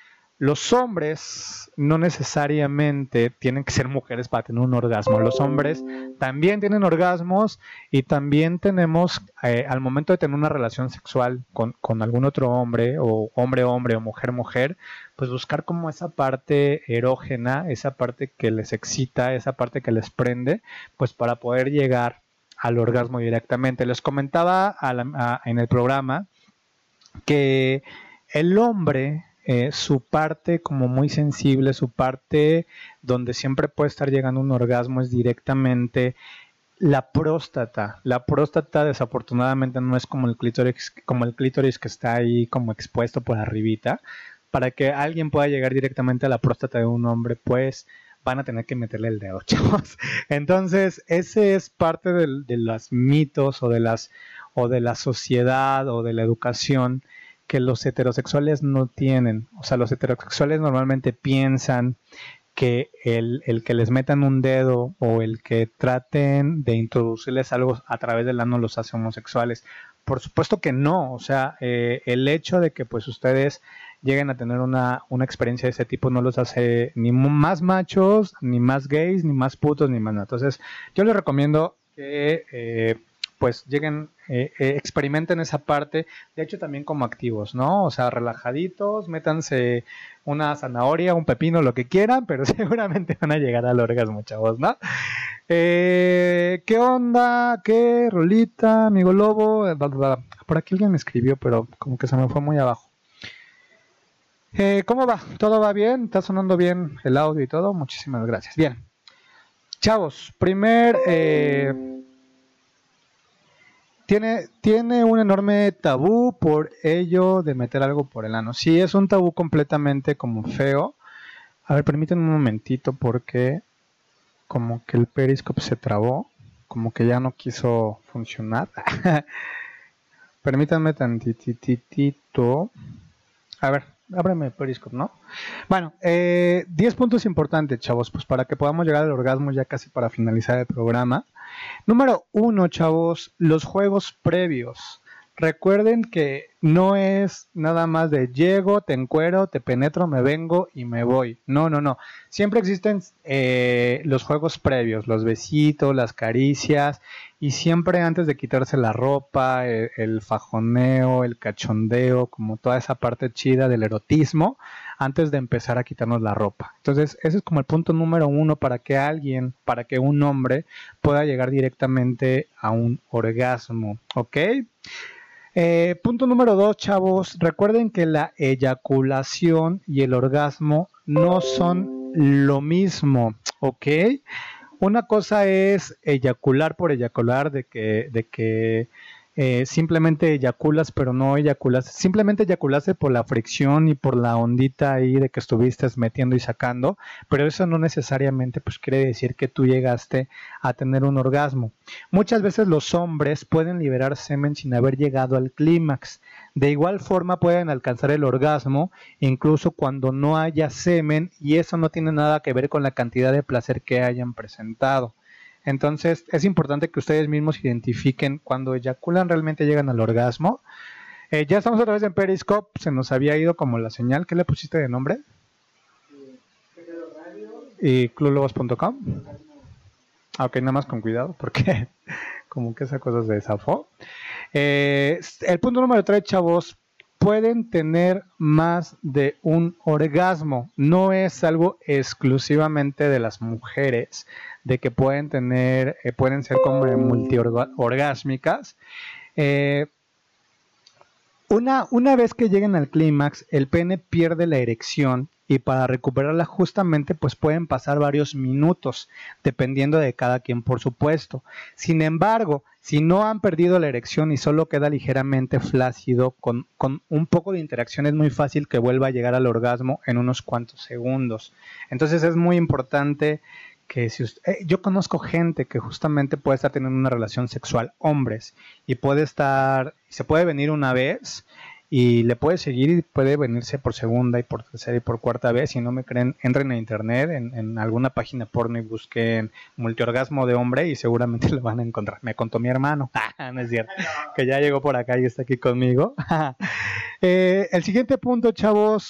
los hombres no necesariamente tienen que ser mujeres para tener un orgasmo. Los hombres también tienen orgasmos y también tenemos, eh, al momento de tener una relación sexual con, con algún otro hombre, o hombre-hombre o mujer-mujer, pues buscar como esa parte erógena, esa parte que les excita, esa parte que les prende, pues para poder llegar al orgasmo directamente. Les comentaba a la, a, en el programa que el hombre... Eh, su parte como muy sensible, su parte donde siempre puede estar llegando un orgasmo es directamente la próstata. La próstata desafortunadamente no es como el clítoris, como el clítoris que está ahí como expuesto por arribita. Para que alguien pueda llegar directamente a la próstata de un hombre, pues van a tener que meterle el dedo, chavos. Entonces, ese es parte de, de los mitos o de las o de la sociedad o de la educación que los heterosexuales no tienen. O sea, los heterosexuales normalmente piensan que el, el que les metan un dedo o el que traten de introducirles algo a través del ano los hace homosexuales. Por supuesto que no. O sea, eh, el hecho de que pues ustedes lleguen a tener una, una experiencia de ese tipo no los hace ni más machos, ni más gays, ni más putos, ni más nada. Entonces, yo les recomiendo que... Eh, pues lleguen, eh, eh, experimenten esa parte, de hecho también como activos, ¿no? O sea, relajaditos, métanse una zanahoria, un pepino, lo que quieran, pero seguramente van a llegar al orgasmo, chavos, ¿no? Eh, ¿Qué onda? ¿Qué? Rolita, amigo lobo, por aquí alguien me escribió, pero como que se me fue muy abajo. Eh, ¿Cómo va? ¿Todo va bien? ¿Está sonando bien el audio y todo? Muchísimas gracias. Bien. Chavos, primer... Eh, Tiene, tiene un enorme tabú por ello de meter algo por el ano. Sí, es un tabú completamente como feo. A ver, permítanme un momentito porque como que el Periscope se trabó. Como que ya no quiso funcionar. Permítanme tantititito. A ver, ábreme el Periscope, ¿no? Bueno, eh, diez puntos importantes, chavos, pues para que podamos llegar al orgasmo ya casi para finalizar el programa. Número uno, chavos, los juegos previos. Recuerden que no es nada más de llego, te encuero, te penetro, me vengo y me voy. No, no, no. Siempre existen eh, los juegos previos, los besitos, las caricias, y siempre antes de quitarse la ropa, el, el fajoneo, el cachondeo, como toda esa parte chida del erotismo, antes de empezar a quitarnos la ropa. Entonces, ese es como el punto número uno para que alguien, para que un hombre pueda llegar directamente a un orgasmo, ¿ok? Eh, punto número dos, chavos, recuerden que la eyaculación y el orgasmo no son lo mismo, ¿ok? Una cosa es eyacular por eyacular, de que, de que eh, simplemente eyaculas, pero no eyaculas, simplemente eyaculaste por la fricción y por la ondita ahí de que estuviste metiendo y sacando, pero eso no necesariamente pues quiere decir que tú llegaste a tener un orgasmo. Muchas veces los hombres pueden liberar semen sin haber llegado al clímax. De igual forma pueden alcanzar el orgasmo incluso cuando no haya semen, y eso no tiene nada que ver con la cantidad de placer que hayan presentado. Entonces es importante que ustedes mismos identifiquen cuando eyaculan, realmente llegan al orgasmo. Eh, ya estamos otra vez en Periscope, se nos había ido como la señal. ¿Qué le pusiste de nombre? Y club lobos punto com. Ok, nada más con cuidado porque como que esa cosa se zafó. Eh, el punto número tres, chavos, pueden tener más de un orgasmo. No es algo exclusivamente de las mujeres, de que pueden tener, eh, pueden ser como multiorgásmicas. Eh, una, una vez que lleguen al clímax, el pene pierde la erección, y para recuperarla justamente pues pueden pasar varios minutos, dependiendo de cada quien, por supuesto. Sin embargo, si no han perdido la erección y solo queda ligeramente flácido, con, con un poco de interacción es muy fácil que vuelva a llegar al orgasmo en unos cuantos segundos. Entonces es muy importante que si usted, eh, yo conozco gente que justamente puede estar teniendo una relación sexual, hombres, y puede estar, se puede venir una vez y le puede seguir y puede venirse por segunda y por tercera y por cuarta vez. Si no me creen, entren a internet, en, en alguna página porno y busquen multiorgasmo de hombre y seguramente lo van a encontrar. Me contó mi hermano, no es cierto, que ya llegó por acá y está aquí conmigo. eh, el siguiente punto, chavos,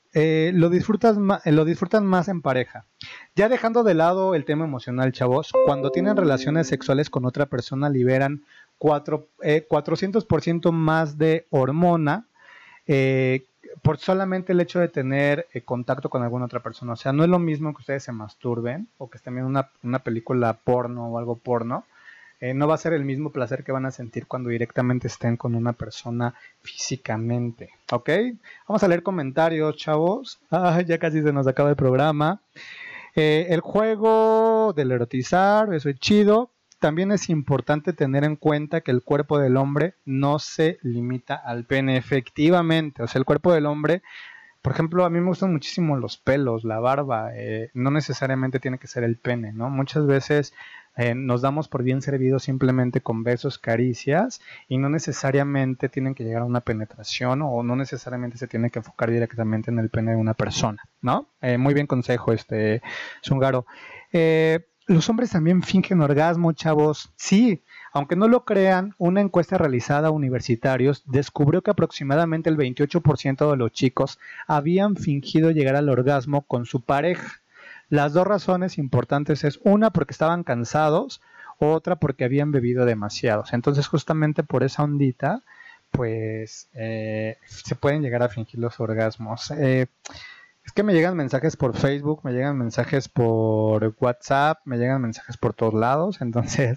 eh, lo, disfrutas ma- lo disfrutan más en pareja. Ya dejando de lado el tema emocional, chavos, cuando tienen relaciones sexuales con otra persona liberan cuatro, eh, cuatrocientos por ciento más de hormona eh, por solamente el hecho de tener eh, contacto con alguna otra persona. O sea, no es lo mismo que ustedes se masturben o que estén viendo una, una película porno o algo porno. Eh, no va a ser el mismo placer que van a sentir cuando directamente estén con una persona físicamente, ¿ok? Vamos a leer comentarios, chavos. Ah, ya casi se nos acaba el programa. Eh, el juego del erotizar, eso es chido. También es importante tener en cuenta que el cuerpo del hombre no se limita al pene, efectivamente. O sea, el cuerpo del hombre, por ejemplo, a mí me gustan muchísimo los pelos, la barba. Eh, no necesariamente tiene que ser el pene, ¿no? Muchas veces eh, nos damos por bien servidos simplemente con besos, caricias, y no necesariamente tienen que llegar a una penetración o no necesariamente se tiene que enfocar directamente en el pene de una persona, ¿no? Eh, muy bien consejo, este, Zungaro. Eh, Los hombres también fingen orgasmo, chavos. Sí, aunque no lo crean, una encuesta realizada a universitarios descubrió que aproximadamente el veintiocho por ciento de los chicos habían fingido llegar al orgasmo con su pareja. Las dos razones importantes es una porque estaban cansados, otra porque habían bebido demasiados. Entonces justamente por esa ondita, pues eh, se pueden llegar a fingir los orgasmos. Eh, Es que me llegan mensajes por Facebook, me llegan mensajes por WhatsApp, me llegan mensajes por todos lados, entonces...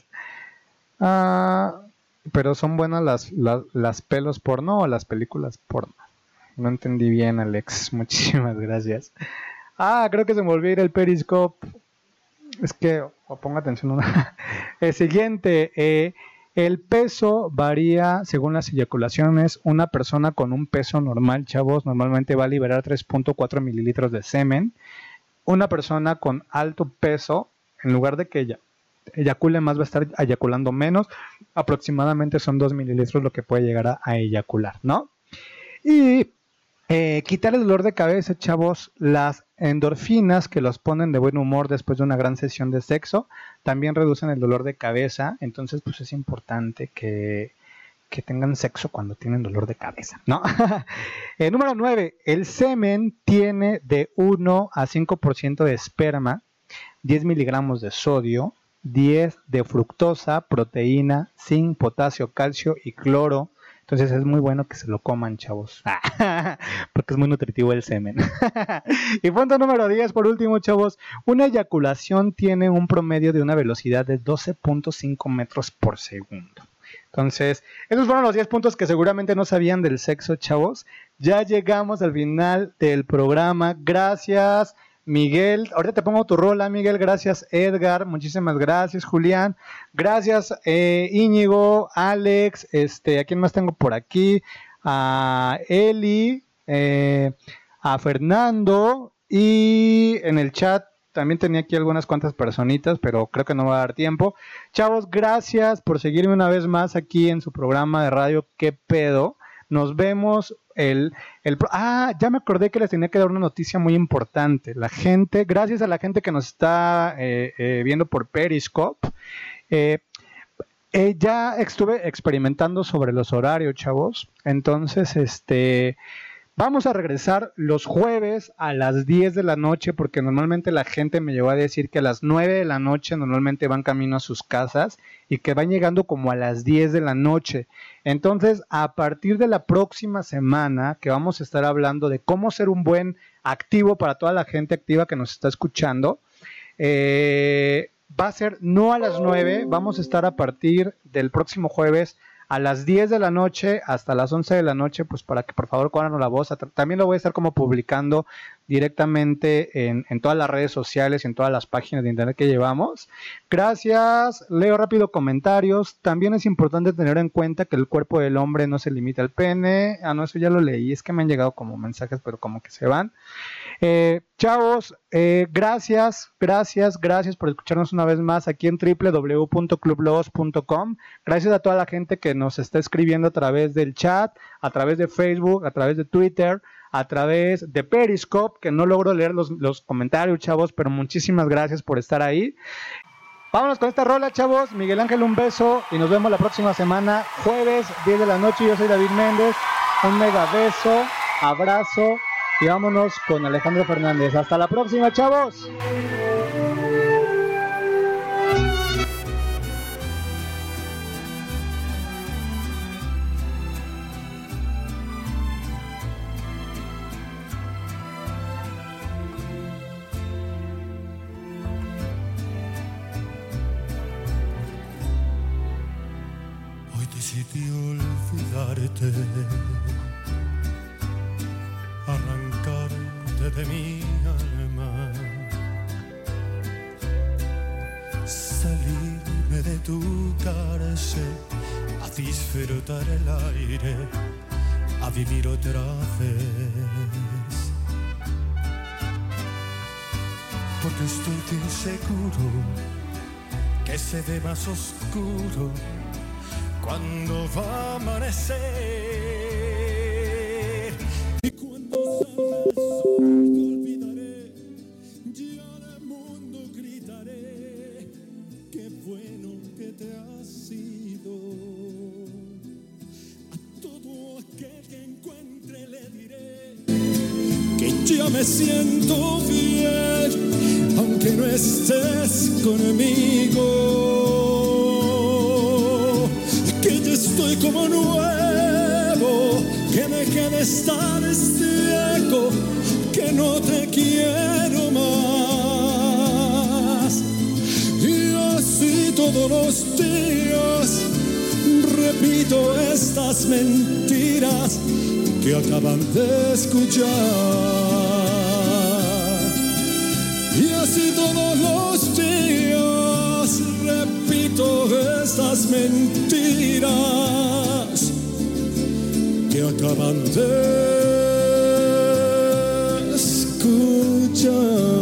Uh, pero son buenas las, las, las pelos porno o las películas porno. No entendí bien, Alex. Muchísimas gracias. Ah, creo que se me volvió a ir el Periscope. Es que... Oh, ponga atención una... El siguiente... Eh, El peso varía según las eyaculaciones. Una persona con un peso normal, chavos, normalmente va a liberar tres punto cuatro mililitros de semen. Una persona con alto peso, en lugar de que ella eyacule más, va a estar eyaculando menos. Aproximadamente son dos mililitros lo que puede llegar a, a eyacular, ¿no? Y eh, quitar el dolor de cabeza, chavos. Las endorfinas que los ponen de buen humor después de una gran sesión de sexo también reducen el dolor de cabeza. Entonces pues es importante que, que tengan sexo cuando tienen dolor de cabeza, ¿no? eh, número nueve, el semen tiene de uno a cinco por ciento de esperma, diez miligramos de sodio, diez de fructosa, proteína, zinc, potasio, calcio y cloro. Entonces es muy bueno que se lo coman, chavos. Porque es muy nutritivo el semen. Y punto número diez, por último, chavos. Una eyaculación tiene un promedio de una velocidad de doce punto cinco metros por segundo. Entonces, esos fueron los diez puntos que seguramente no sabían del sexo, chavos. Ya llegamos al final del programa. Gracias, Miguel. Ahorita te pongo tu rola, Miguel. Gracias, Edgar. Muchísimas gracias, Julián. Gracias, eh, Íñigo, Alex. Este, ¿a quién más tengo por aquí? A Eli, eh, a Fernando. Y en el chat también tenía aquí algunas cuantas personitas, pero creo que no va a dar tiempo. Chavos, gracias por seguirme una vez más aquí en su programa de radio ¿Qué pedo? Nos vemos el, el... Ah, ya me acordé que les tenía que dar una noticia muy importante. La gente, gracias a la gente que nos está eh, eh, viendo por Periscope, eh, eh, ya estuve experimentando sobre los horarios, chavos. Entonces, este... vamos a regresar los jueves a las diez de la noche, porque normalmente la gente me llegó a decir que a las nueve de la noche normalmente van camino a sus casas y que van llegando como a las diez de la noche. Entonces, a partir de la próxima semana, que vamos a estar hablando de cómo ser un buen activo para toda la gente activa que nos está escuchando, eh, va a ser no a las nueve, vamos a estar a partir del próximo jueves a las diez de la noche hasta las once de la noche, pues para que por favor corran la voz. También lo voy a estar como publicando directamente en, en todas las redes sociales y en todas las páginas de internet que llevamos. Gracias, leo rápido comentarios. También es importante tener en cuenta que el cuerpo del hombre no se limita al pene. Ah, no, eso ya lo leí, es que me han llegado como mensajes, pero como que se van. Eh, chavos, eh, gracias, gracias, gracias por escucharnos una vez más aquí en doble u doble u doble u punto club lobos punto com. Gracias a toda la gente que nos está escribiendo a través del chat, a través de Facebook, a través de Twitter, a través de Periscope, que no logro leer los, los comentarios, chavos, pero muchísimas gracias por estar ahí. Vámonos con esta rola, chavos. Miguel Ángel, un beso y nos vemos la próxima semana, jueves, diez de la noche. Yo soy David Méndez. Un mega beso, abrazo y vámonos con Alejandro Fernández. Hasta la próxima, chavos. Decidí olvidarte, arrancarte de mi alma, salirme de tu cárcel, a disfrutar el aire, a vivir otra vez. Porque estoy tan seguro que se ve más oscuro cuando va a amanecer, y cuando salga el sol te olvidaré, ya del mundo gritaré, qué bueno que te has sido. A todo aquel que encuentre le diré que ya me siento bien, aunque no estés conmigo. Que ya estoy como nuevo, que me quedes tan ciego, que no te quiero más. Y así todos los días repito estas mentiras que acaban de escuchar. Y así todos los días repito estas mentiras que acaban de escuchar.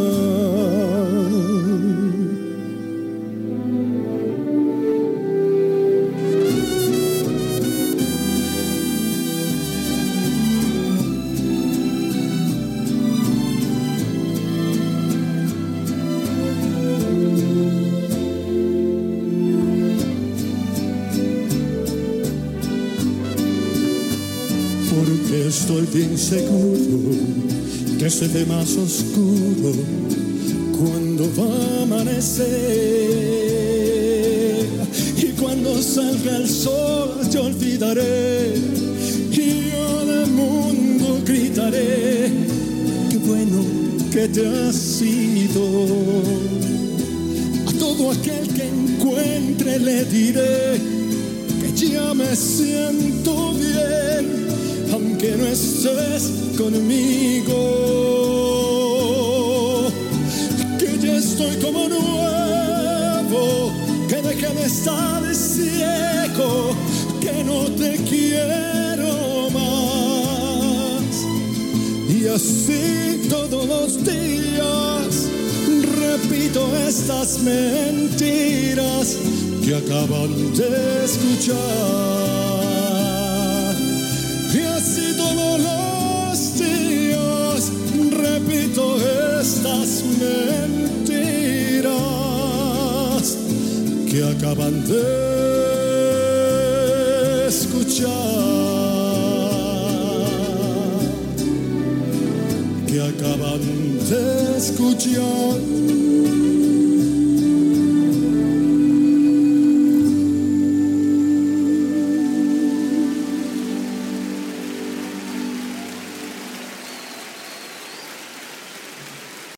Estoy bien seguro que se ve más oscuro cuando va a amanecer, y cuando salga el sol te olvidaré, y yo del mundo gritaré, qué bueno que te has sido. A todo aquel que encuentre le diré que ya me siento bien, aunque no estés conmigo, que ya estoy como nuevo, que dejé de estar ciego, que no te quiero más. Y así todos los días repito estas mentiras que acaban de escuchar. Y así todos los días repito estas mentiras que acaban de escuchar, que acaban de escuchar.